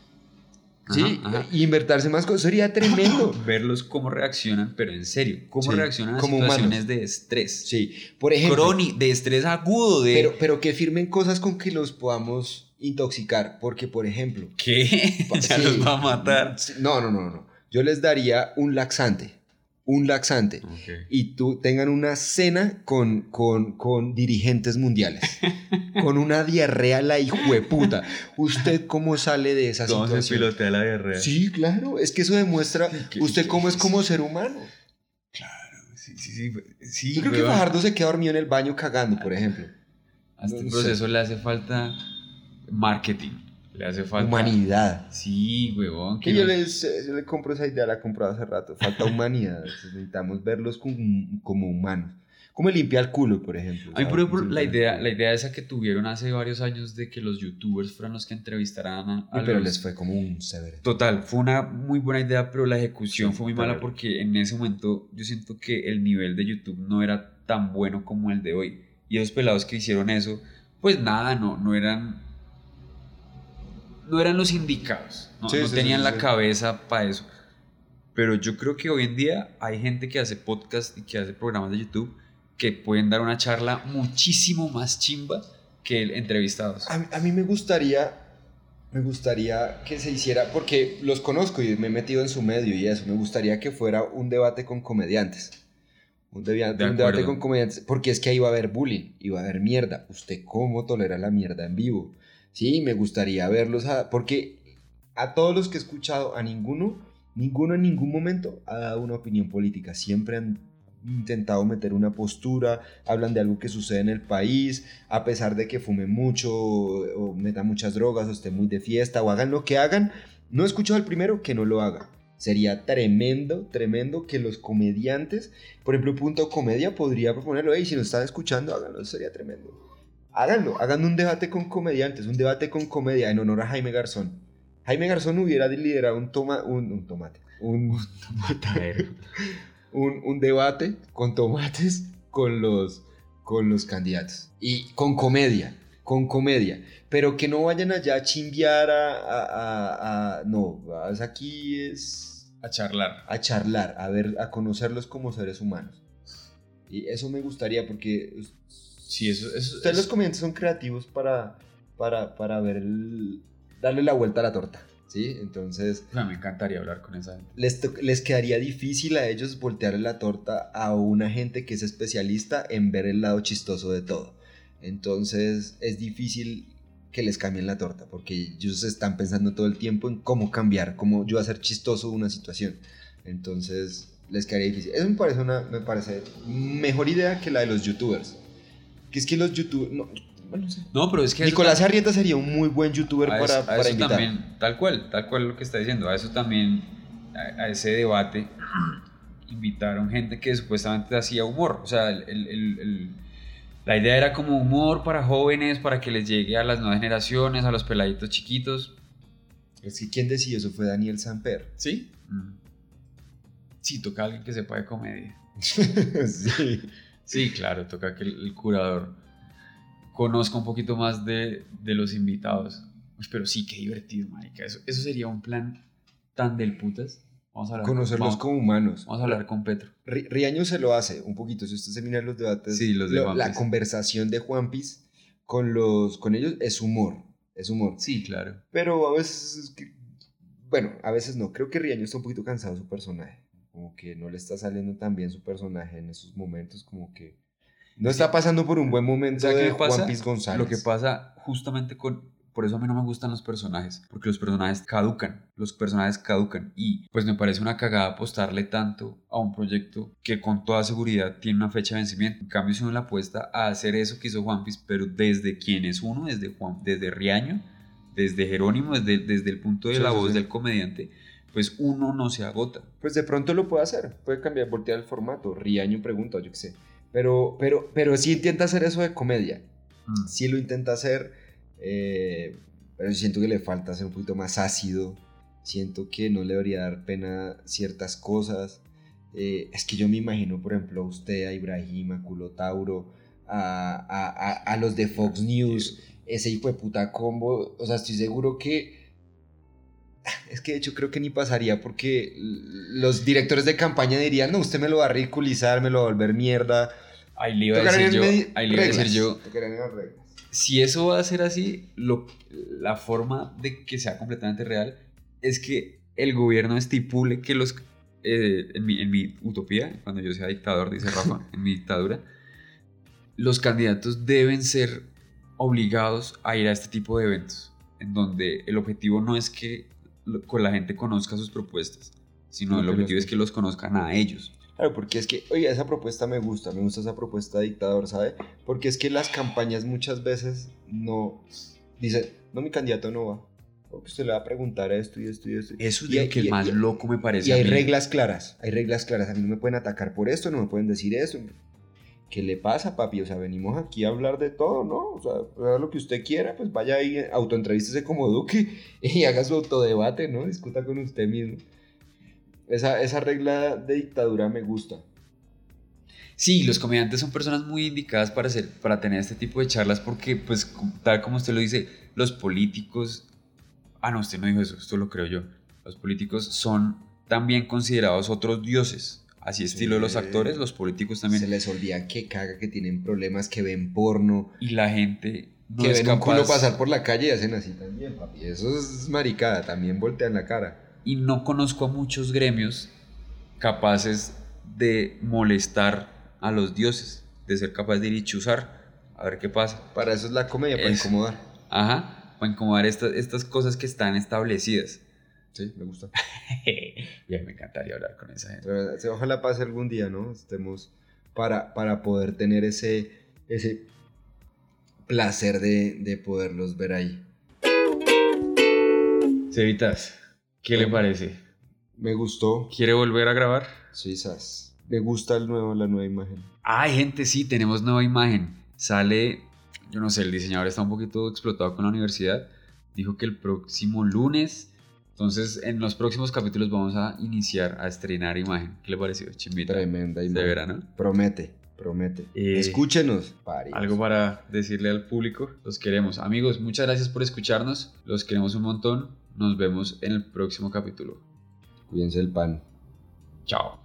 Sí, Ajá, ajá. y invertirse más cosas sería tremendo. Verlos cómo reaccionan, pero en serio, cómo Sí, reaccionan a como situaciones humanos. de estrés. Sí, por ejemplo. Croni- de estrés agudo, de... Pero, pero que firmen cosas con que los podamos intoxicar. Porque, por ejemplo. ¿Qué? Ya sí, los va a matar. No, no, no, no. Yo les daría un laxante. Un laxante. Ok. Y tú tengan una cena con, con, con dirigentes mundiales. Con una diarrea la hijueputa. ¿Usted cómo sale de esa ¿Cómo se situación? pilotea la diarrea? Sí, claro. Es que eso demuestra ¿Qué- usted qué cómo es es? como ser humano. Sí, sí, sí. sí Yo creo que weón. Fajardo se queda dormido en el baño cagando, por ejemplo. A este No proceso sé. le hace falta marketing. Le hace falta... Humanidad. Sí, huevón. Que que yo, no- les, yo le compro esa idea, la he comprado hace rato. Falta humanidad. Entonces necesitamos verlos como, como humanos. Como limpia el culo, por ejemplo. A mí, por ¿sabes? ejemplo, Se la limpia el idea, culo. la idea esa que tuvieron hace varios años de que los youtubers fueran los que entrevistaran a, a Uy, pero los- les fue como un severo. Total, fue una muy buena idea, pero la ejecución Sí, fue muy mala terrible. porque en ese momento yo siento que el nivel de YouTube no era tan bueno como el de hoy. Y esos pelados que hicieron eso, pues nada, no, no eran... No eran los indicados, no, Sí, no sí, tenían sí, la sí. cabeza para eso. Pero yo creo que hoy en día hay gente que hace podcast y que hace programas de YouTube que pueden dar una charla muchísimo más chimba que el entrevistados. A, mí- a mí me gustaría, me gustaría que se hiciera, porque los conozco y me he metido en su medio y eso, me gustaría que fuera un debate con comediantes. Un, debia- De un debate acuerdo. con comediantes, porque es que ahí va a haber bullying, y va a haber mierda. ¿Usted cómo tolera la mierda en vivo? Sí, me gustaría verlos, a- porque a todos los que he escuchado, a ninguno, ninguno en ningún momento ha dado una opinión política. Siempre han intentado meter una postura, hablan de algo que sucede en el país, a pesar de que fumen mucho, o, o metan muchas drogas, o estén muy de fiesta, o hagan lo que hagan. No he escuchado al primero que no lo haga. Sería tremendo, tremendo que los comediantes, por ejemplo, Punto Comedia podría proponerlo, hey, si nos están escuchando, háganlo, sería tremendo. Háganlo, hagan un debate con comediantes, un debate con comedia en honor a Jaime Garzón. Jaime Garzón hubiera liderado un, toma, un, un tomate, un, un, un debate con tomates con los, con los candidatos. Y con comedia, con comedia. Pero que no vayan allá a chimbear a... a, a, a no, es aquí es A charlar. a charlar, a ver, a conocerlos como seres humanos. Y eso me gustaría porque Sí, eso, eso, ustedes los eso- comediantes son creativos para, para, para ver el, darle la vuelta a la torta, ¿sí? Entonces o sea, me encantaría hablar con esa gente. les, to- les quedaría difícil a ellos voltearle la torta a una gente que es especialista en ver el lado chistoso de todo. Entonces es difícil que les cambien la torta porque ellos están pensando todo el tiempo en cómo cambiar, cómo yo hacer chistoso una situación. Entonces les quedaría difícil. Eso me parece una me parece mejor idea que la de los youtubers. Que es que los youtubers... No, bueno, no sé. No, pero es que... a eso Nicolás tam- Arrieta sería un muy buen youtuber a para, eso, a para eso invitar. también, tal cual, tal cual lo que está diciendo, a eso también, a, a ese debate, invitaron gente que supuestamente hacía humor, o sea, el, el- el- el- la idea era como humor para jóvenes, para que les llegue a las nuevas generaciones, a los peladitos chiquitos. Es que ¿quién decidió eso? Fue Daniel Samper. ¿Sí? Mm. Sí, toca alguien que sepa de comedia. Sí. Sí, claro, toca que el, el curador conozca un poquito más de, de los invitados. Uy, pero sí, qué divertido, marica. Eso, eso sería un plan tan del putas. Vamos a hablar Conocerlos vamos, como humanos. Vamos a hablar con Petro. Ri- Riaño se lo hace un poquito. Si usted se mira los debates, Sí, los de lo- Juan la Piz. conversación de Juan Piz con, los, con ellos es humor. Es humor. Sí, claro. Pero a veces, es que- bueno, a veces no. Creo que Riaño está un poquito cansado de su personaje. Como que no le está saliendo tan bien su personaje en esos momentos. Como que no está pasando por un buen momento ¿Sabes qué de me pasa? Juan Piz González. Lo que pasa justamente con... Por eso a mí no me gustan los personajes, porque los personajes caducan, los personajes caducan y pues me parece una cagada apostarle tanto a un proyecto que con toda seguridad tiene una fecha de vencimiento. En cambio, si uno le apuesta a hacer eso que hizo Juan Piz, pero desde quién es uno, desde, Juan, desde Riaño, desde Jerónimo, desde, desde el punto de Sí, la sí, voz sí. del comediante, pues uno no se agota. Pues de pronto lo puede hacer, puede cambiar, voltear el formato. Riaño pregunta, yo qué sé. Pero, pero, pero sí intenta hacer eso de comedia. Mm. Sí lo intenta hacer, eh, pero siento que le falta ser un poquito más ácido. Siento que no le debería dar pena ciertas cosas. Eh, es que yo me imagino, por ejemplo, a usted, a Ibrahim, a Culotauro, a, a, a, a los de Fox News, ese hijo de puta combo. O sea, estoy seguro que... Es que de hecho creo que ni pasaría porque los directores de campaña dirían, no, usted me lo va a ridiculizar, me lo va a volver mierda. Ahí le iba a Tocarían decir yo, medi- ahí le iba a decir reglas, yo, tocarían las reglas. si eso va a ser así, lo, la forma de que sea completamente real es que el gobierno estipule que los, eh, en, mi, en mi utopía, cuando yo sea dictador, dice Rafa, en mi dictadura, los candidatos deben ser obligados a ir a este tipo de eventos, en donde el objetivo no es que lo- con la gente conozca sus propuestas, sino Sino el que objetivo los- es que los conozcan a ellos. Claro, porque es que, oye, esa propuesta me gusta, me gusta esa propuesta de dictador, ¿sabe? Porque es que las campañas muchas veces no dicen, no, mi candidato no va, porque usted le va a preguntar esto y esto y esto. Eso es Y lo hay- que y- más y- loco me parece Y a hay mí. reglas claras, hay reglas claras, a mí no me pueden atacar por esto, no me pueden decir eso. ¿Qué le pasa, papi? O sea, venimos aquí a hablar de todo, ¿no? O sea, haga lo que usted quiera, pues vaya ahí, autoentrevístese como Duque y haga su autodebate, ¿no? Discuta con usted mismo. Esa, esa regla de dictadura me gusta. Sí, los comediantes son personas muy indicadas para, hacer, para tener este tipo de charlas porque, pues, tal como usted lo dice, los políticos... Ah, no, usted no dijo eso, esto lo creo yo. Los políticos son también considerados otros dioses. Así estilo Sí. los actores, los políticos también. Se les olvida que caga, que tienen problemas, que ven porno, Y la gente no que es ven un capaz... culo pasar por la calle y hacen así también, papi. Eso es maricada, también voltean la cara. Y no conozco a muchos gremios capaces de molestar a los dioses, de ser capaz de ir y chuzar, a ver qué pasa. Para eso es la comedia, para Eso. incomodar. Ajá, para incomodar estas, estas cosas que están establecidas. Sí, me gusta. Ya me encantaría hablar con esa gente. Pero, sí, ojalá pase algún día, ¿no? Estemos para, para poder tener ese, ese placer de, de poderlos ver ahí. Cevitas, ¿qué le parece? Me gustó. ¿Quiere volver a grabar? Sí, sas. Me gusta el nuevo, la nueva imagen. Ay, gente, sí, tenemos nueva imagen. Sale, yo no sé, el diseñador está un poquito explotado con la universidad. Dijo que el próximo lunes. Entonces, en los próximos capítulos vamos a iniciar a estrenar imagen. ¿Qué le pareció, chimbita? Tremenda De imagen. verano. Promete, promete. Eh, Escúchenos. Parios. Algo para decirle al público. Los queremos. Amigos, muchas gracias por escucharnos. Los queremos un montón. Nos vemos en el próximo capítulo. Cuídense el pan. Chao.